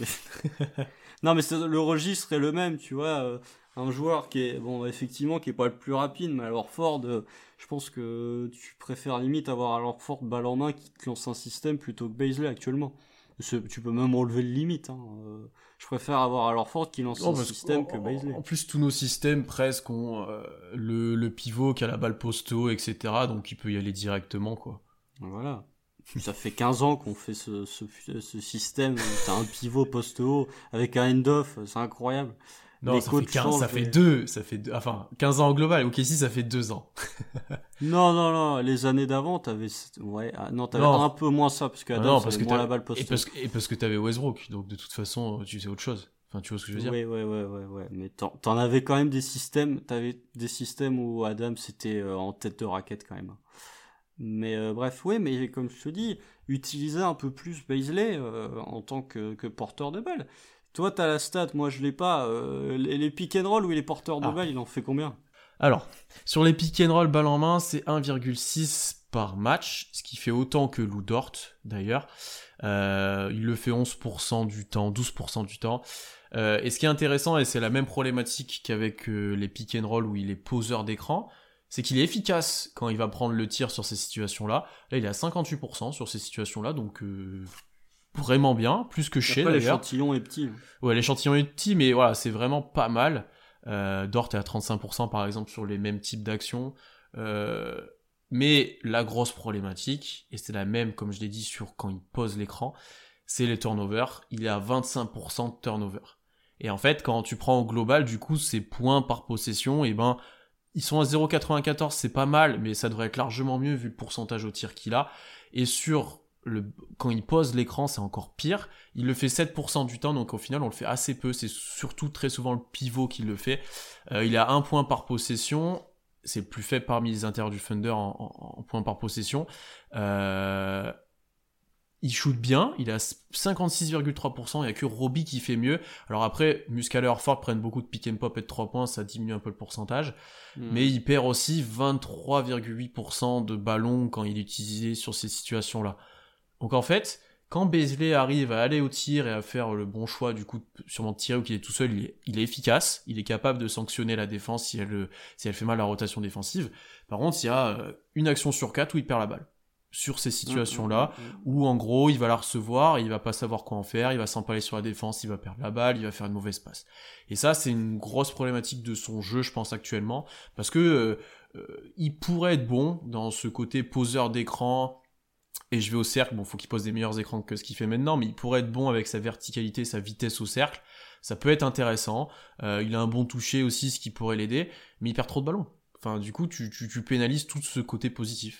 Non, mais c'est- le registre est le même, tu vois. euh, Un joueur qui est, bon, effectivement, qui est pas le plus rapide, mais alors Ford, euh, je pense que tu préfères limite avoir alors Ford balle en main qui te lance un système plutôt que Bazley actuellement. C'est- Tu peux même enlever le limite, hein. euh, Je préfère avoir alors Ford qui lance Non, un parce système qu'en- que Bazley. En plus, tous nos systèmes presque ont euh, le, le pivot qui a la balle posto, et cetera. Donc il peut y aller directement, quoi. Voilà. Ça fait quinze ans qu'on fait ce, ce, ce système où t'as un pivot poste haut avec un end-off, c'est incroyable. Non, Les ça coachs fait quinze, changent ça fait les- deux, ça fait deux, enfin quinze ans au global. Ok, si ça fait deux ans. Non, non, non, les années d'avant, t'avais, ouais, ah, non, t'avais Non. un peu moins ça, parce Ah qu'Adams non, avait parce que moins t'as- la balle poste et haut. parce que et parce que t'avais Westbrook, donc de toute façon tu sais autre chose. Enfin, tu vois ce que je veux dire. Oui, ouais, ouais, ouais, ouais, mais t'en, t'en avais quand même des systèmes, t'avais des systèmes où Adams était euh, en tête de raquette quand même. Mais euh, bref, ouais, mais comme je te dis, utiliser un peu plus Bazley euh, en tant que, que porteur de balle. Toi, t'as la stat, moi je l'ai pas. Euh, les, les pick and roll où il est porteur de Ah. balle, il en fait combien? Alors, sur les pick and roll balle en main, c'est un virgule six par match, ce qui fait autant que Lou Dort d'ailleurs. Euh, il le fait onze pour cent du temps, douze pour cent du temps. Euh, et ce qui est intéressant, et c'est la même problématique qu'avec euh, les pick and roll où il est poseur d'écran, c'est qu'il est efficace quand il va prendre le tir sur ces situations-là. Là, il est à cinquante-huit pour cent sur ces situations-là, donc euh, vraiment bien, plus que chez Après, d'ailleurs. l'échantillon est petit. Ouais, l'échantillon est petit, mais voilà, c'est vraiment pas mal. Euh, Dort est à trente-cinq pour cent par exemple sur les mêmes types d'actions. Euh, mais la grosse problématique, et c'est la même comme je l'ai dit sur quand il pose l'écran, c'est les turnovers. Il est à vingt-cinq pour cent de turnover. Et en fait, quand tu prends au global, du coup, ses points par possession, et ben, ils sont à zéro virgule quatre-vingt-quatorze, c'est pas mal, mais ça devrait être largement mieux vu le pourcentage au tir qu'il a. Et sur le, quand il pose l'écran, c'est encore pire. Il le fait sept pour cent du temps, donc au final, on le fait assez peu. C'est surtout très souvent le pivot qui le fait. Euh, il a un point par possession. C'est le plus faible parmi les intérieurs du Thunder en, en, en points par possession. Euh, il shoot bien, il a cinquante-six virgule trois pour cent, il n'y a que Roby qui fait mieux. Alors après, Muscala et Horford prennent beaucoup de pick and pop et de trois points, ça diminue un peu le pourcentage. Mmh. Mais il perd aussi vingt-trois virgule huit pour cent de ballons quand il est utilisé sur ces situations-là. Donc en fait, quand Bazley arrive à aller au tir et à faire le bon choix, du coup, sûrement de tirer ou qu'il est tout seul, il est, il est efficace, il est capable de sanctionner la défense si elle, si elle fait mal à la rotation défensive. Par contre, il y a une action sur quatre où il perd la balle. Sur ces situations-là, mmh, mmh, mmh. où en gros, il va la recevoir, et il va pas savoir quoi en faire, il va s'empaler sur la défense, il va perdre la balle, il va faire une mauvaise passe. Et ça, c'est une grosse problématique de son jeu, je pense, actuellement, parce que euh, euh, il pourrait être bon dans ce côté poseur d'écran, et je vais au cercle, bon, faut qu'il pose des meilleurs écrans que ce qu'il fait maintenant, mais il pourrait être bon avec sa verticalité, sa vitesse au cercle, ça peut être intéressant, euh, il a un bon toucher aussi, ce qui pourrait l'aider, mais il perd trop de ballons. Enfin, du coup, tu, tu, tu pénalises tout ce côté positif.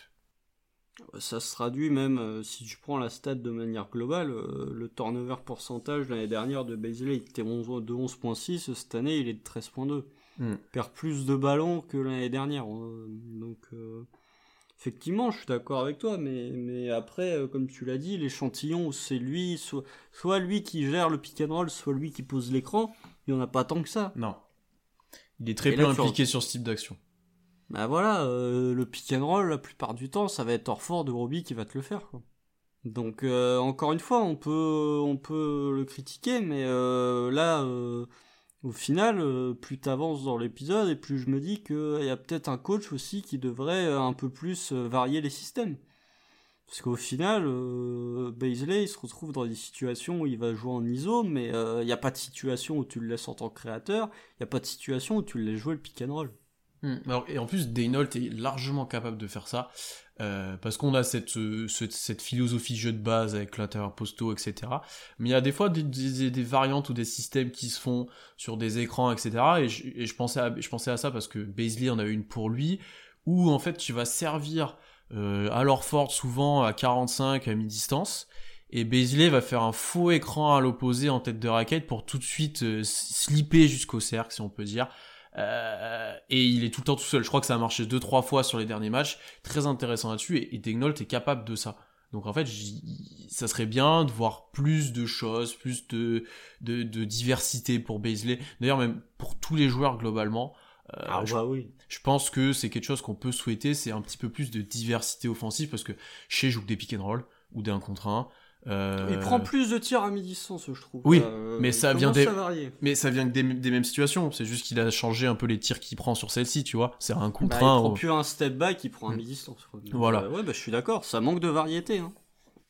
Ça se traduit même, euh, si tu prends la stat de manière globale, euh, le turnover pourcentage l'année dernière de Bazley était de onze virgule six, cette année il est de treize virgule deux. Mm. Il perd plus de ballons que l'année dernière. Euh, donc, euh, effectivement, je suis d'accord avec toi, mais, mais après, euh, comme tu l'as dit, l'échantillon, c'est lui, soit, soit lui qui gère le pick and roll, soit lui qui pose l'écran, il n'y en a pas tant que ça. Non. Il est très peu impliqué sur ce type d'action. Bah voilà, euh, le pick and roll, la plupart du temps, ça va être Horford de Roby qui va te le faire, quoi. Donc, euh, encore une fois, on peut, on peut le critiquer, mais euh, là, euh, au final, euh, plus t'avances dans l'épisode, et plus je me dis qu'il y a peut-être un coach aussi qui devrait euh, un peu plus euh, varier les systèmes. Parce qu'au final, euh, Bazley, il se retrouve dans des situations où il va jouer en I S O, mais il euh, n'y a pas de situation où tu le laisses en tant que créateur, il n'y a pas de situation où tu le laisses jouer le pick and roll. Mmh. Alors, et en plus, Daynold est largement capable de faire ça, euh, parce qu'on a cette, euh, cette, cette philosophie jeu de base avec l'intérieur posto, et cetera. Mais il y a des fois des, des, des variantes ou des systèmes qui se font sur des écrans, et cetera. Et je, et je, pensais, à, je pensais à ça parce que Bazley en a une pour lui, où en fait tu vas servir euh, à Horford souvent à quarante-cinq à mi-distance, et Bazley va faire un faux écran à l'opposé en tête de raquette pour tout de suite euh, slipper jusqu'au cercle, si on peut dire. Euh, et il est tout le temps tout seul. Je crois que ça a marché deux trois fois sur les derniers matchs. Très intéressant là-dessus. Et, et Daigneault est capable de ça. Donc en fait, ça serait bien de voir plus de choses, plus de, de, de diversité pour Bazley. D'ailleurs, même pour tous les joueurs globalement. Euh, ah je, bah oui. Je pense que c'est quelque chose qu'on peut souhaiter. C'est un petit peu plus de diversité offensive parce que Shai joue des pick and roll ou des un contre un. Euh... Il prend plus de tirs à mi-distance, je trouve. Oui, euh, mais ça vient des, mais ça vient des, des mêmes situations. C'est juste qu'il a changé un peu les tirs qu'il prend sur celle-ci, tu vois. C'est un contre bah, un. Il prend au... plus un step back, il prend un mi-distance. Quoi. Voilà. Euh, ouais, bah je suis d'accord. Ça manque de variété. Hein.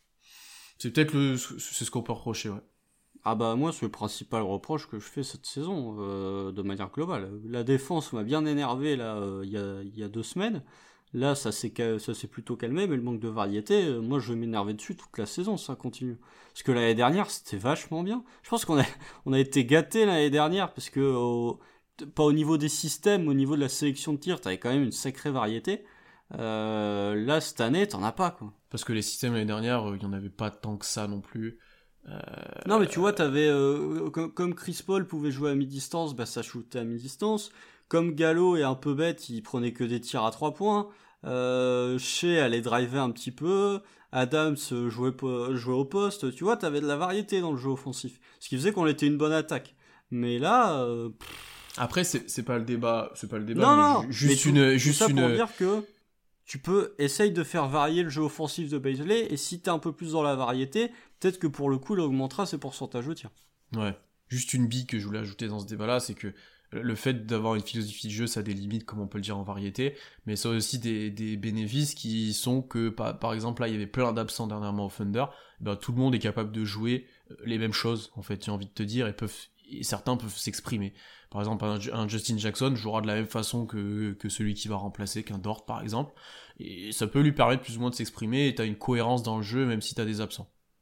C'est peut-être le, c'est ce qu'on peut reprocher, ouais. Ah bah moi, c'est le principal reproche que je fais cette saison, euh, de manière globale. La défense m'a bien énervé là, il euh, y, y a deux semaines. Là, ça s'est, ça s'est plutôt calmé, mais le manque de variété, euh, moi je vais m'énerver dessus toute la saison, ça continue. Parce que l'année dernière, c'était vachement bien. Je pense qu'on a, on a été gâtés l'année dernière, parce que, au, pas au niveau des systèmes, au niveau de la sélection de tir, t'avais quand même une sacrée variété. Euh, là, cette année, t'en as pas, quoi. Parce que les systèmes l'année dernière, il euh, y en avait pas tant que ça non plus. Euh... Non, mais tu vois, t'avais, euh, comme, comme Chris Paul pouvait jouer à mi-distance, bah ça shootait à mi-distance. Comme Gallo est un peu bête, il prenait que des tirs à trois points. Euh, Shai allait driver un petit peu. Adams jouait, jouait au poste. Tu vois, t'avais de la variété dans le jeu offensif. Ce qui faisait qu'on était une bonne attaque. Mais là... Euh, Après, c'est, c'est pas le débat. C'est pas le débat. Non, mais non, ju- juste mais une... tout, juste tout ça une... pour dire que tu peux essayer de faire varier le jeu offensif de Bazley. Et si t'es un peu plus dans la variété, peut-être que pour le coup, il augmentera ses pourcentages de tir. Ouais. Juste une bille que je voulais ajouter dans ce débat-là, c'est que le fait d'avoir une philosophie de jeu, ça a des limites, comme on peut le dire en variété, mais ça a aussi des, des bénéfices qui sont que, par, par exemple, là, il y avait plein d'absents dernièrement au Thunder, ben, tout le monde est capable de jouer les mêmes choses, en fait, j'ai envie de te dire, et, peuvent, et certains peuvent s'exprimer. Par exemple, un, un Justin Jackson jouera de la même façon que, que celui qui va remplacer, qu'un Dort, par exemple, et ça peut lui permettre plus ou moins de s'exprimer, et t'as une cohérence dans le jeu, même si t'as des absents.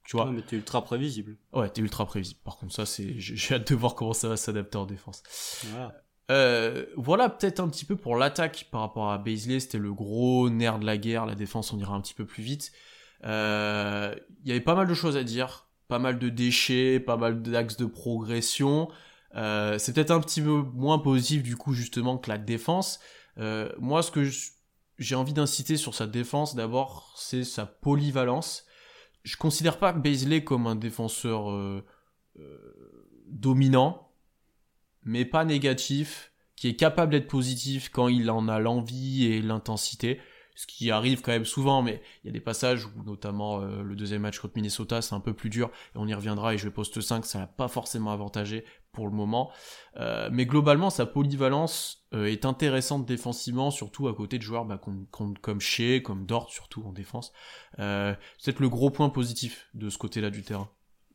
Tu vois. Ouais, mais t'es ultra prévisible. Ouais, t'es ultra prévisible. Par contre, ça, c'est, j'ai, j'ai hâte de voir comment ça va s'adapter en défense. Voilà. Euh, voilà peut-être un petit peu pour l'attaque par rapport à Bazley, c'était le gros nerf de la guerre. La défense, on ira un petit peu plus vite. Il euh, y avait pas mal de choses à dire, pas mal de déchets, pas mal d'axes de progression. Euh, c'est peut-être un petit peu moins positif du coup justement que la défense. Euh, moi, ce que je, j'ai envie d'inciter sur sa défense d'abord, c'est sa polyvalence. Je considère pas Bazley comme un défenseur euh, euh, dominant, mais pas négatif, qui est capable d'être positif quand il en a l'envie et l'intensité, ce qui arrive quand même souvent, mais il y a des passages où notamment euh, le deuxième match contre Minnesota, c'est un peu plus dur, et on y reviendra, et je vais poste cinq, ça l'a pas forcément avantagé pour le moment, euh, mais globalement sa polyvalence euh, est intéressante défensivement, surtout à côté de joueurs bah, comme, comme, comme Shea, comme Dort, surtout en défense. Euh, c'est peut-être le gros point positif de ce côté-là du terrain.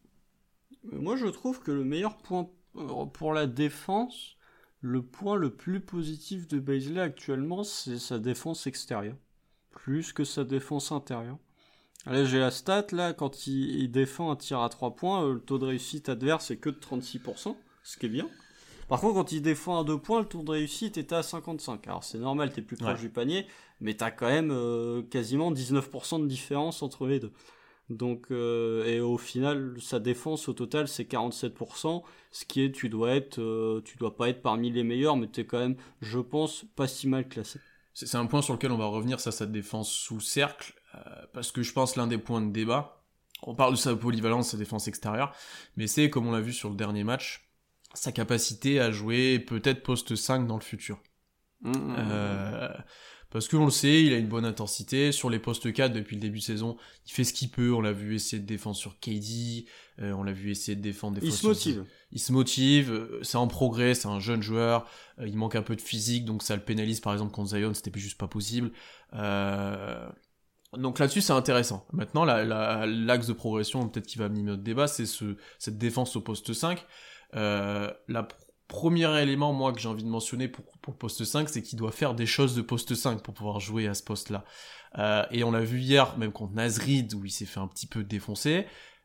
Moi, je trouve que le meilleur point pour la défense, le point le plus positif de Bazley actuellement, c'est sa défense extérieure, plus que sa défense intérieure. Là, j'ai la stat, là, quand il, il défend un tir à trois points, le taux de réussite adverse est que de trente-six pour cent, ce qui est bien. Par contre, quand il défend à deux points, le taux de réussite est à cinquante-cinq. Alors, c'est normal, t'es plus proche ouais. du panier, mais t'as quand même euh, quasiment dix-neuf pour cent de différence entre les deux. Donc, euh, et au final, sa défense au total c'est quarante-sept pour cent, ce qui est, tu dois être, euh, tu dois pas être parmi les meilleurs, mais t'es quand même, je pense, pas si mal classé. C'est, c'est un point sur lequel on va revenir, ça, sa défense sous cercle, euh, parce que je pense l'un des points de débat, on parle de sa polyvalence, sa défense extérieure, mais c'est, comme on l'a vu sur le dernier match, sa capacité à jouer peut-être poste cinq dans le futur. Mmh, euh, mmh. Parce qu'on le sait, il a une bonne intensité. Sur les postes quatre, depuis le début de saison, il fait ce qu'il peut. On l'a vu essayer de défendre sur K D. Euh, on l'a vu essayer de défendre des fois. Il se motive. Sur... Il se motive. Euh, c'est en progrès. C'est un jeune joueur. Euh, il manque un peu de physique. Donc ça le pénalise. Par exemple, contre Zion, c'était juste pas possible. Euh... Donc là-dessus, c'est intéressant. Maintenant, la, la, l'axe de progression, peut-être qui va amener notre débat, c'est ce, cette défense au poste cinq. Euh, la premier élément, moi, que j'ai envie de mentionner pour, pour le poste cinq, c'est qu'il doit faire des choses de poste cinq pour pouvoir jouer à ce poste-là. Euh, et on l'a vu hier, même contre Naz Reid, où il s'est fait un petit peu défoncer.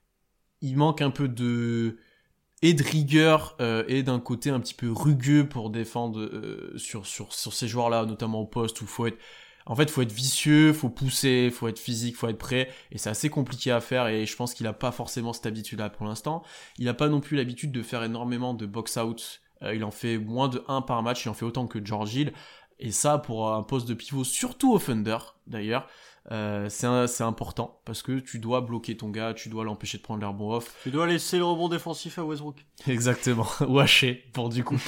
Il manque un peu de... et de rigueur, euh, et d'un côté un petit peu rugueux pour défendre euh, sur, sur, sur ces joueurs-là, notamment au poste, où il faut être... En fait, faut être vicieux, faut pousser, faut être physique, faut être prêt, et c'est assez compliqué à faire, et je pense qu'il a pas forcément cette habitude-là pour l'instant. Il a pas non plus l'habitude de faire énormément de box-out. Euh, il en fait moins de un par match, il en fait autant que George Hill, et ça, pour un poste de pivot, surtout au Thunder, d'ailleurs, euh, c'est, un, c'est important, parce que tu dois bloquer ton gars, tu dois l'empêcher de prendre l'air bon off. Tu dois laisser le rebond défensif à Westbrook. Exactement, ou haché, pour du coup.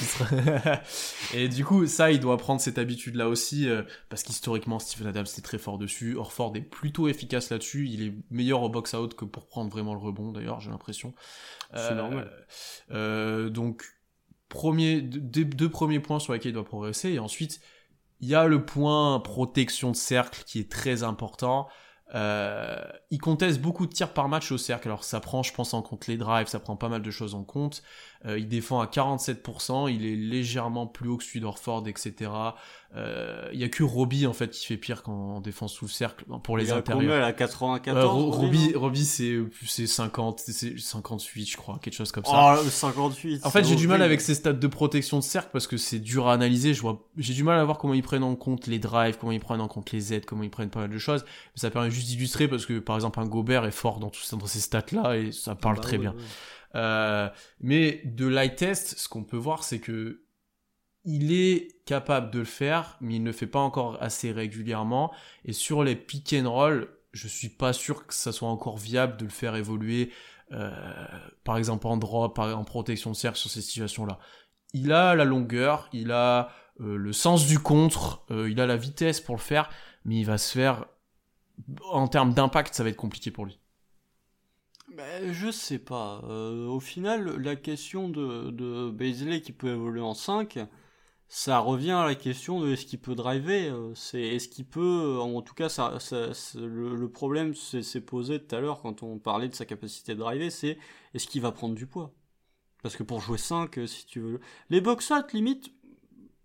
Et du coup, ça, il doit prendre cette habitude-là aussi, euh, parce qu'historiquement, Steven Adams est très fort dessus, Horford est plutôt efficace là-dessus, il est meilleur au box-out que pour prendre vraiment le rebond, d'ailleurs, j'ai l'impression. C'est euh, normal. Euh, donc, premier, deux, deux premiers points sur lesquels il doit progresser, et ensuite... Il y a le point protection de cercle qui est très important. Euh, il conteste beaucoup de tirs par match au cercle. Alors ça prend, je pense, en compte les drives, ça prend pas mal de choses en compte. Euh, il défend à quarante-sept pour cent, il est légèrement plus haut que celui d'Orford, et cetera. Euh, il y a que Robbie en fait qui fait pire qu'en défense sous cercle pour les intérieurs. Elle a quatre-vingt-quatorze. Euh, Robbie, Robbie c'est c'est cinquante, c'est cinquante-huit je crois, quelque chose comme ça. Oh, cinquantahuit. En fait, j'ai du mal avec ces stats de protection de cercle parce que c'est dur à analyser. Je vois, j'ai du mal à voir comment ils prennent en compte les drives, comment ils prennent en compte les aides, comment ils prennent pas mal de choses. Mais ça permet juste d'illustrer parce que par exemple un Gobert est fort dans tout ça, dans ces stats là et ça parle bah, très ouais, bien. Ouais. Euh, mais de l'eye test, ce qu'on peut voir, c'est que il est capable de le faire, mais il ne le fait pas encore assez régulièrement. Et sur les pick and roll, je suis pas sûr que ça soit encore viable de le faire évoluer, euh, par exemple en drop, en protection de cercle sur ces situations-là. Il a la longueur, il a euh, le sens du contre, euh, il a la vitesse pour le faire, mais il va se faire, en termes d'impact, ça va être compliqué pour lui. Ben, je sais pas. Euh, au final, la question de, de Bazley qui peut évoluer en cinq, ça revient à la question de est-ce qu'il peut driver. C'est, est-ce qu'il peut, en tout cas, ça, ça, le, le problème s'est, s'est posé tout à l'heure quand on parlait de sa capacité de driver, c'est est-ce qu'il va prendre du poids. Parce que pour jouer cinq, si tu veux... Les box-out, limite,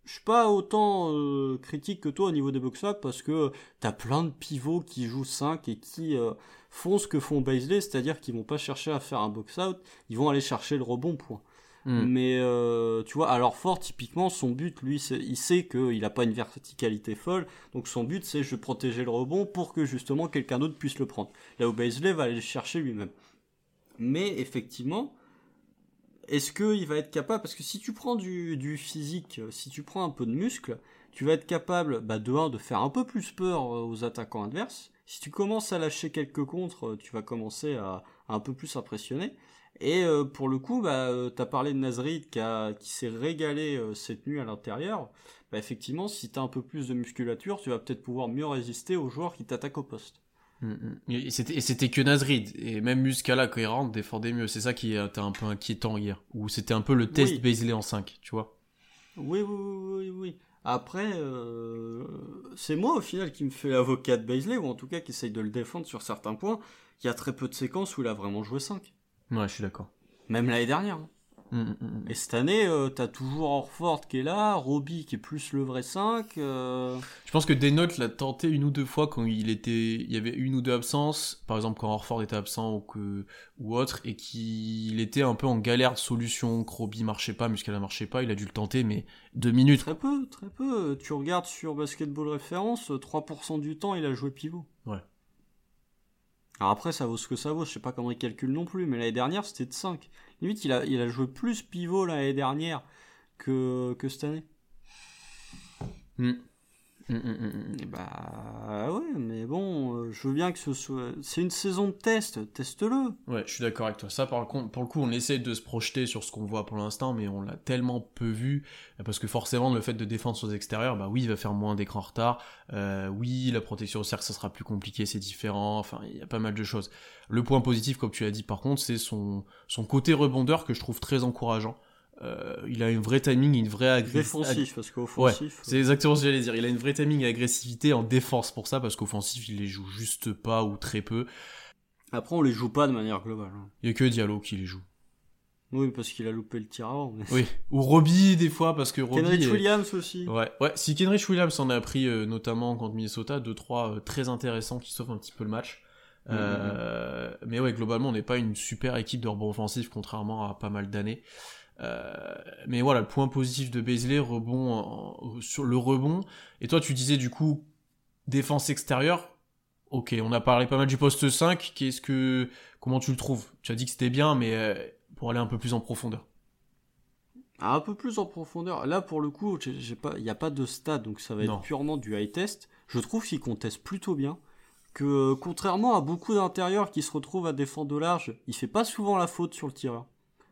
je suis pas autant euh, critique que toi au niveau des box-up parce que t'as plein de pivots qui jouent cinq et qui euh, font ce que font Bazley, c'est-à-dire qu'ils vont pas chercher à faire un box-out, ils vont aller chercher le rebond, point. Mm. Mais euh, tu vois, alors Ford, typiquement, son but, lui, c'est, il sait qu'il a pas une verticalité folle, donc son but, c'est je vais protéger le rebond pour que justement quelqu'un d'autre puisse le prendre. Là où Bazley va aller le chercher lui-même. Mais effectivement, est-ce qu'il va être capable, parce que si tu prends du, du physique, si tu prends un peu de muscle, tu vas être capable, bah, de un, de faire un peu plus peur aux attaquants adverses. Si tu commences à lâcher quelques contres, tu vas commencer à, à un peu plus impressionner. Et euh, pour le coup, bah, euh, t'as parlé de Nasrid qui, a, qui s'est régalé euh, cette nuit à l'intérieur. Bah, effectivement, si t'as un peu plus de musculature, tu vas peut-être pouvoir mieux résister aux joueurs qui t'attaquent au poste. Mmh. Et, c'était, et c'était que Nasrid, et même Muscala quand il rentre défendait mieux. C'est ça qui était un peu inquiétant hier, où c'était un peu le test oui. Bazley en cinq, tu vois. Oui, oui, oui, oui, oui. Après, euh, c'est moi au final qui me fait l'avocat de Bazley, ou en tout cas qui essaye de le défendre sur certains points. Il y a très peu de séquences où il a vraiment joué cinq. Ouais, je suis d'accord. Même l'année dernière. Hein. Mmh, mmh. Et cette année, euh, t'as toujours Horford qui est là, Roby qui est plus le vrai cinq. Euh... Je pense que Denote l'a tenté une ou deux fois quand il était, il y avait une ou deux absences, par exemple quand Horford était absent ou que ou autre, et qu'il était un peu en galère de solution. Que Roby marchait pas, Muscala marchait pas, il a dû le tenter, mais deux minutes. Très peu, très peu. Tu regardes sur Basketball Référence, trois pour cent du temps, il a joué pivot. Ouais. Alors après, ça vaut ce que ça vaut, je sais pas comment il calcule non plus, mais l'année dernière, c'était de cinq. Limite, il a, il a joué plus pivot l'année dernière que, que cette année. Mm. Mm, mm, mm. Et bah ouais, mais bon, je veux bien que ce soit... C'est une saison de test, teste-le. Ouais, je suis d'accord avec toi. Ça, par contre, pour le coup, on essaie de se projeter sur ce qu'on voit pour l'instant, mais on l'a tellement peu vu, parce que forcément, le fait de défendre sur les extérieurs, bah oui, il va faire moins d'écran retard, euh, oui, la protection au cercle, ça sera plus compliqué, c'est différent, enfin, il y a pas mal de choses. Le point positif, comme tu l'as dit, par contre, c'est son, son côté rebondeur que je trouve très encourageant. Euh, il a une vraie timing, une vraie agressivité. Défensif, parce qu'offensif. Ouais, c'est exactement ce que j'allais dire. Il a une vraie timing et agressivité en défense pour ça, parce qu'offensif, il les joue juste pas ou très peu. Après, on les joue pas de manière globale. Hein. Il y a que Diallo qui les joue. Oui, parce qu'il a loupé le tir avant. Mais... Oui, ou Roby des fois, parce que Roby. Kenrich est... Williams aussi. Ouais, ouais. Si Kenrich Williams en a pris euh, notamment contre Minnesota, deux trois euh, très intéressants qui sauvent un petit peu le match. Mmh, euh, mmh. Mais ouais, globalement, on n'est pas une super équipe de rebond offensif, contrairement à pas mal d'années. Euh, mais voilà, le point positif de Bazley, rebond en, sur le rebond. Et toi, tu disais du coup défense extérieure. Ok, on a parlé pas mal du poste cinq. Qu'est-ce que, comment tu le trouves ? Tu as dit que c'était bien, mais euh, pour aller un peu plus en profondeur. Un peu plus en profondeur. Là, pour le coup, j'ai, j'ai pas, il n'y a pas de stade, donc ça va être non. purement du high test. Je trouve qu'il conteste plutôt bien. Que contrairement à beaucoup d'intérieurs qui se retrouvent à défendre au large, il fait pas souvent la faute sur le tireur.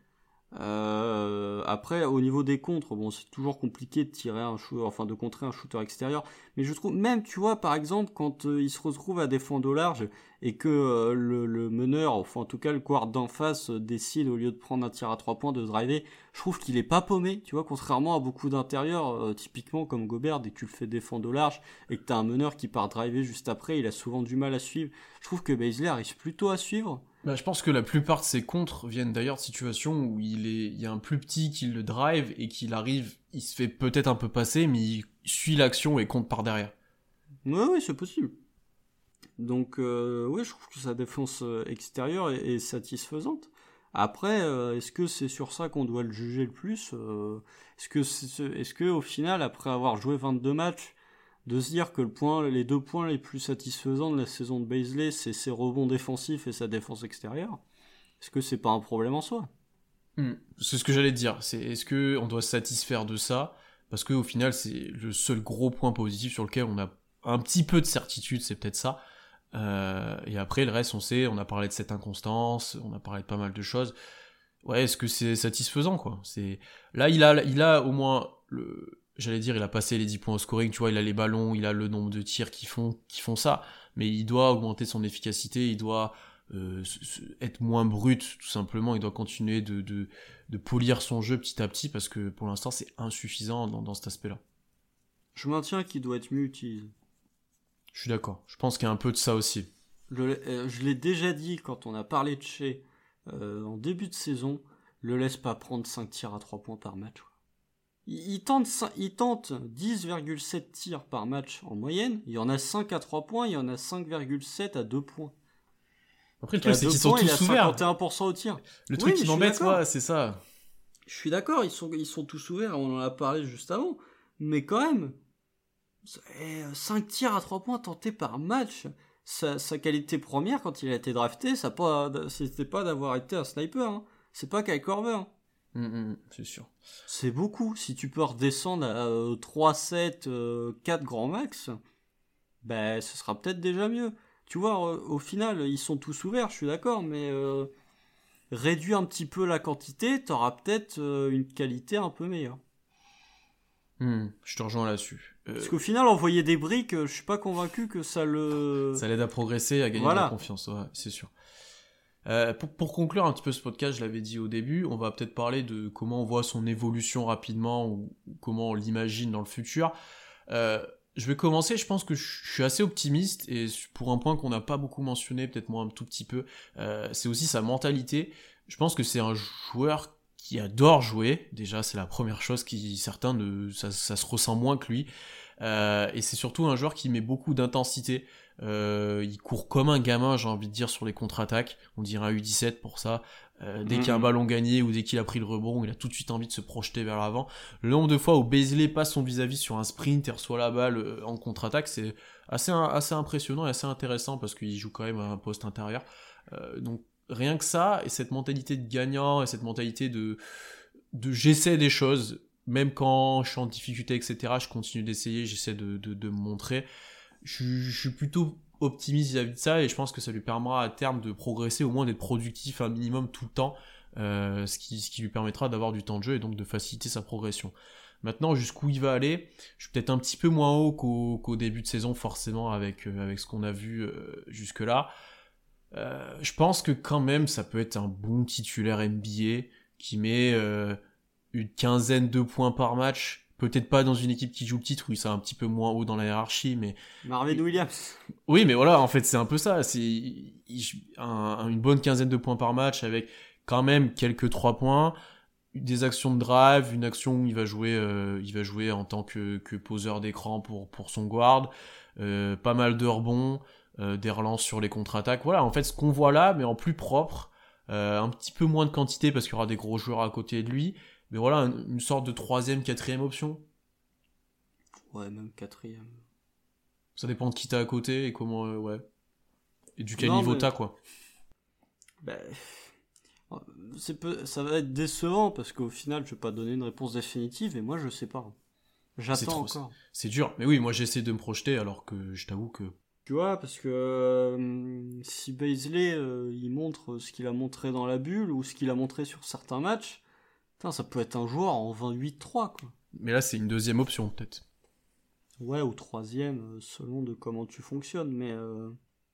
Euh, après, au niveau des contres, bon, c'est toujours compliqué de tirer un shooter, enfin de contrer un shooter extérieur. Mais je trouve, même, tu vois, par exemple, quand euh, il se retrouve à défendre au large et que euh, le, le meneur, enfin en tout cas le guard d'en face, euh, décide au lieu de prendre un tir à trois points de driver, je trouve qu'il est pas paumé, tu vois, contrairement à beaucoup d'intérieurs, euh, typiquement comme Gobert, dès que tu le fais défendre au large et que t'as un meneur qui part driver juste après, il a souvent du mal à suivre. Je trouve que Bazley arrive plutôt à suivre. Bah, je pense que la plupart de ses contres viennent d'ailleurs de situations où il est, il y a un plus petit qui le drive et qu'il arrive, il se fait peut-être un peu passer, mais il suit l'action et compte par derrière. Oui, oui, c'est possible. Donc, euh, oui, je trouve que sa défense extérieure est, est satisfaisante. Après, euh, est-ce que c'est sur ça qu'on doit le juger le plus euh, Est-ce que, c'est, est-ce que, au final, après avoir joué vingt-deux matchs, de se dire que le point, les deux points les plus satisfaisants de la saison de Bazley, c'est ses rebonds défensifs et sa défense extérieure. Est-ce que c'est pas un problème en soi ? mmh. C'est ce que j'allais te dire. C'est est-ce que on doit se satisfaire de ça ? Parce que au final, c'est le seul gros point positif sur lequel on a un petit peu de certitude, c'est peut-être ça. Euh, et après, le reste, on sait, on a parlé de cette inconstance, on a parlé de pas mal de choses. Ouais, est-ce que c'est satisfaisant, quoi ? C'est là, il a, il a au moins le. J'allais dire, il a passé les dix points au scoring, tu vois, il a les ballons, il a le nombre de tirs qui font, qui font ça, mais il doit augmenter son efficacité, il doit euh, être moins brut, tout simplement, il doit continuer de, de, de polir son jeu petit à petit, parce que pour l'instant, c'est insuffisant dans, dans cet aspect-là. Je maintiens qu'il doit être mieux utilisé. Je suis d'accord, je pense qu'il y a un peu de ça aussi. Le, euh, je l'ai déjà dit quand on a parlé de Shai euh, en début de saison, le laisse pas prendre cinq tirs à trois points par match. Il, il, tente, il tente dix virgule sept tirs par match en moyenne. Il y en a cinq à trois points, il y en a cinq virgule sept à deux points. Après, le truc, c'est qu'ils sont tous ouverts. Il a cinquante et un pour cent au tir. Le truc oui, qui m'embête, ouais, c'est ça. Je suis d'accord, ils sont, ils sont tous ouverts, on en a parlé juste avant. Mais quand même, cinq tirs à trois points tentés par match. Sa, sa qualité première, quand il a été drafté, ça pas, c'était pas d'avoir été un sniper. Hein. C'est pas Kyle Korver. Hein. Mmh, mmh, c'est sûr. C'est beaucoup. Si tu peux redescendre à euh, trois sept, euh, quatre grands max, ben, ce sera peut-être déjà mieux. Tu vois, au, au final, ils sont tous ouverts, je suis d'accord, mais euh, réduire un petit peu la quantité, t'auras peut-être euh, une qualité un peu meilleure. Mmh, je te rejoins là-dessus. Euh... Parce qu'au final, envoyer des briques, je suis pas convaincu que ça le... Ça l'aide à progresser, à gagner voilà. de la confiance, ouais, c'est sûr. Euh, pour, pour conclure un petit peu ce podcast, je l'avais dit au début, on va peut-être parler de comment on voit son évolution rapidement ou, ou comment on l'imagine dans le futur. Euh, je vais commencer, je pense que je, je suis assez optimiste et pour un point qu'on n'a pas beaucoup mentionné, peut-être moi un tout petit peu, euh, c'est aussi sa mentalité. Je pense que c'est un joueur qui adore jouer, déjà c'est la première chose qui certains ne, ça, ça se ressent moins que lui. Euh, et c'est surtout un joueur qui met beaucoup d'intensité. Euh, il court comme un gamin, j'ai envie de dire, sur les contre-attaques. On dirait un U dix-sept pour ça. Euh, dès mmh. qu'il y a un ballon gagné ou dès qu'il a pris le rebond, il a tout de suite envie de se projeter vers l'avant. Le nombre de fois où Bazley passe son vis-à-vis sur un sprint et reçoit la balle en contre-attaque, c'est assez, assez impressionnant et assez intéressant parce qu'il joue quand même à un poste intérieur. Euh, donc rien que ça, et cette mentalité de gagnant et cette mentalité de, de j'essaie des choses, même quand je suis en difficulté, et cetera, je continue d'essayer, j'essaie de, de, de me montrer. Je, je suis plutôt optimiste vis-à-vis de ça et je pense que ça lui permettra à terme de progresser, au moins d'être productif un minimum tout le temps, euh, ce, qui, ce qui lui permettra d'avoir du temps de jeu et donc de faciliter sa progression. Maintenant, jusqu'où il va aller, je suis peut-être un petit peu moins haut qu'au, qu'au début de saison, forcément, avec, euh, avec ce qu'on a vu euh, jusque-là. Euh, je pense que quand même, ça peut être un bon titulaire N B A qui met euh, une quinzaine de points par match. Peut-être pas dans une équipe qui joue le titre où il sera un petit peu moins haut dans la hiérarchie, mais... Marvin Williams. Oui, mais voilà, en fait, c'est un peu ça. C'est un, une bonne quinzaine de points par match avec quand même quelques trois points, des actions de drive, une action où il va jouer, euh, il va jouer en tant que, que poseur d'écran pour, pour son guard, euh, pas mal de rebonds, euh, des relances sur les contre-attaques. Voilà, en fait, ce qu'on voit là, mais en plus propre, euh, un petit peu moins de quantité parce qu'il y aura des gros joueurs à côté de lui. Mais voilà, une sorte de troisième, quatrième option. Ouais, même quatrième. Ça dépend de qui t'as à côté et comment, euh, ouais. Et du quel non, niveau mais... t'as, quoi. Ben, c'est peu... ça va être décevant parce qu'au final, je vais pas donner une réponse définitive et moi, je sais pas. J'attends c'est trop, encore. C'est, c'est dur. Mais oui, moi, j'essaie de me projeter alors que je t'avoue que... Tu vois, parce que euh, si Bazley, euh, il montre ce qu'il a montré dans la bulle ou ce qu'il a montré sur certains matchs, ça peut être un joueur en vingt-huit trois, quoi. Mais là, c'est une deuxième option, peut-être. Ouais, ou troisième, selon de comment tu fonctionnes, mais... Euh...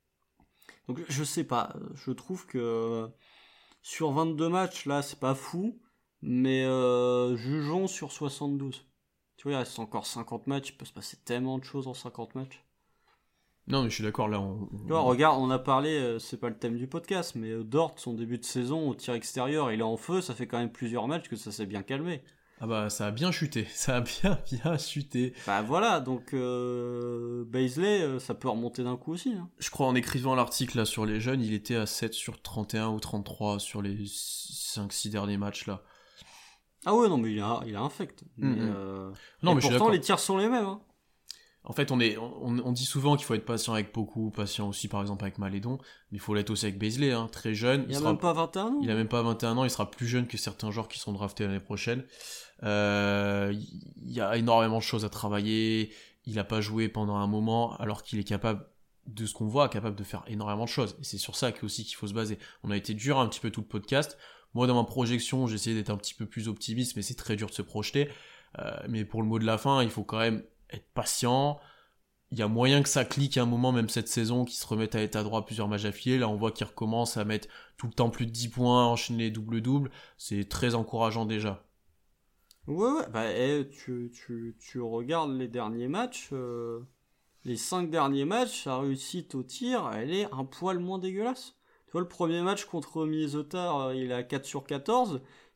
Donc, je sais pas, je trouve que euh, sur vingt-deux matchs, là, c'est pas fou, mais euh, jugeons sur soixante-douze. Tu vois, il reste encore cinquante matchs, il peut se passer tellement de choses en cinquante matchs. Non, mais je suis d'accord, là, on... on... Tu vois, regarde, on a parlé, euh, c'est pas le thème du podcast, mais euh, Dort, son début de saison au tir extérieur, il est en feu, ça fait quand même plusieurs matchs que ça s'est bien calmé. Ah bah, ça a bien chuté, ça a bien, bien chuté. Bah voilà, donc euh, Bazley, euh, ça peut remonter d'un coup aussi. Hein. Je crois, en écrivant l'article, là, sur les jeunes, il était à sept sur trente et un ou trente-trois sur les cinq six derniers matchs, là. Ah ouais, non, mais il a, il a infect. Mais, mm-hmm. euh... Non, et mais pourtant, les tirs sont les mêmes, hein. En fait, on, est, on, on dit souvent qu'il faut être patient avec Poku, patient aussi par exemple avec Malédon, mais il faut l'être aussi avec Bazley, hein, très jeune. Il, il a sera... même pas vingt et un ans. Il a même pas vingt et un ans, il sera plus jeune que certains joueurs qui sont draftés l'année prochaine. Euh, il y a énormément de choses à travailler, il a pas joué pendant un moment, alors qu'il est capable, de ce qu'on voit, capable de faire énormément de choses. Et c'est sur ça aussi qu'il faut se baser. On a été dur un petit peu tout le podcast. Moi, dans ma projection, j'ai essayé d'être un petit peu plus optimiste, mais c'est très dur de se projeter. Euh, mais pour le mot de la fin, il faut quand même être patient. Il y a moyen que ça clique à un moment, même cette saison, qu'il se remette à être à droit plusieurs matchs affiliés. Là, on voit qu'il recommence à mettre tout le temps plus de dix points, enchaîner les double-double. C'est très encourageant déjà. Ouais, ouais. Bah, hey, tu, tu, tu regardes les derniers matchs. Euh, les cinq derniers matchs, sa réussite au tir, elle est un poil moins dégueulasse. Tu vois, le premier match contre Minnesota, il est à quatre sur quatorze.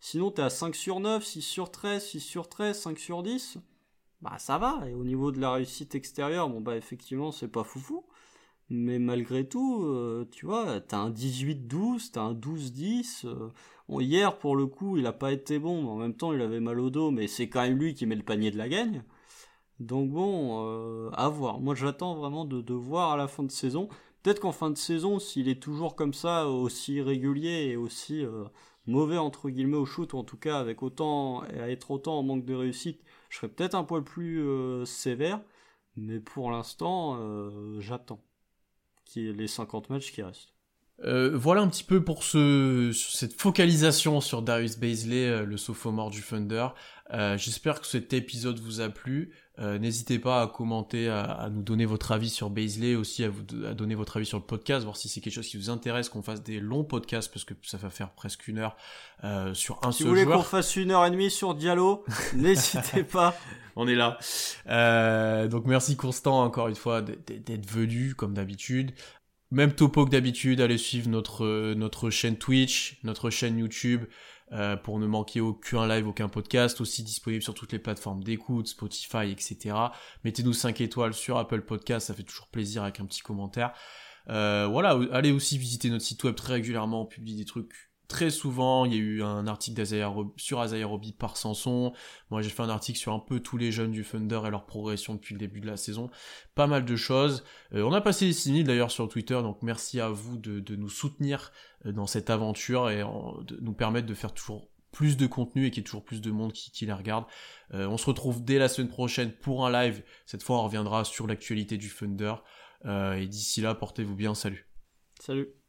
Sinon, t'es à cinq sur neuf, six sur treize, six sur treize, cinq sur dix. Bah, ça va. Et au niveau de la réussite extérieure, bon, bah, effectivement, c'est pas foufou. Mais malgré tout, euh, tu vois, t'as un dix-huit douze, t'as un douze dix. Euh, bon, hier, pour le coup, il a pas été bon, mais en même temps, il avait mal au dos, mais c'est quand même lui qui met le panier de la gagne. Donc bon, euh, à voir. Moi, j'attends vraiment de, de voir à la fin de saison. Peut-être qu'en fin de saison, s'il est toujours comme ça, aussi régulier et aussi euh, mauvais, entre guillemets, au shoot, ou en tout cas avec autant, à être autant en manque de réussite, je serais peut-être un poil plus euh, sévère. Mais pour l'instant, euh, j'attends qui est les cinquante matchs qui restent. Euh, voilà un petit peu pour ce, cette focalisation sur Darius Bazley, euh, le sophomore du Thunder. Euh, j'espère que cet épisode vous a plu. Euh, n'hésitez pas à commenter, à, à nous donner votre avis sur Bazley, aussi à vous à donner votre avis sur le podcast, voir si c'est quelque chose qui vous intéresse, qu'on fasse des longs podcasts, parce que ça va faire presque une heure euh, sur un si seul joueur. Si vous voulez qu'on fasse une heure et demie sur Diallo, n'hésitez pas. On est là. Euh, donc merci Constant encore une fois d'être venu comme d'habitude. Même topo que d'habitude, allez suivre notre, euh, notre chaîne Twitch, notre chaîne YouTube, euh, pour ne manquer aucun live, aucun podcast, aussi disponible sur toutes les plateformes d'écoute, Spotify, et cetera. Mettez-nous cinq étoiles sur Apple Podcast, ça fait toujours plaisir avec un petit commentaire. Euh, voilà, allez aussi visiter notre site web très régulièrement, on publie des trucs très souvent. Il y a eu un article d'Isaiah sur Isaiah Roby par Sanson. Moi, j'ai fait un article sur un peu tous les jeunes du Thunder et leur progression depuis le début de la saison. Pas mal de choses. Euh, on a passé les six mille d'ailleurs sur Twitter, donc merci à vous de, de nous soutenir dans cette aventure et en, de nous permettre de faire toujours plus de contenu et qu'il y ait toujours plus de monde qui, qui les regarde. Euh, on se retrouve dès la semaine prochaine pour un live. Cette fois, on reviendra sur l'actualité du Thunder. Euh, et d'ici là, portez-vous bien. Salut. Salut.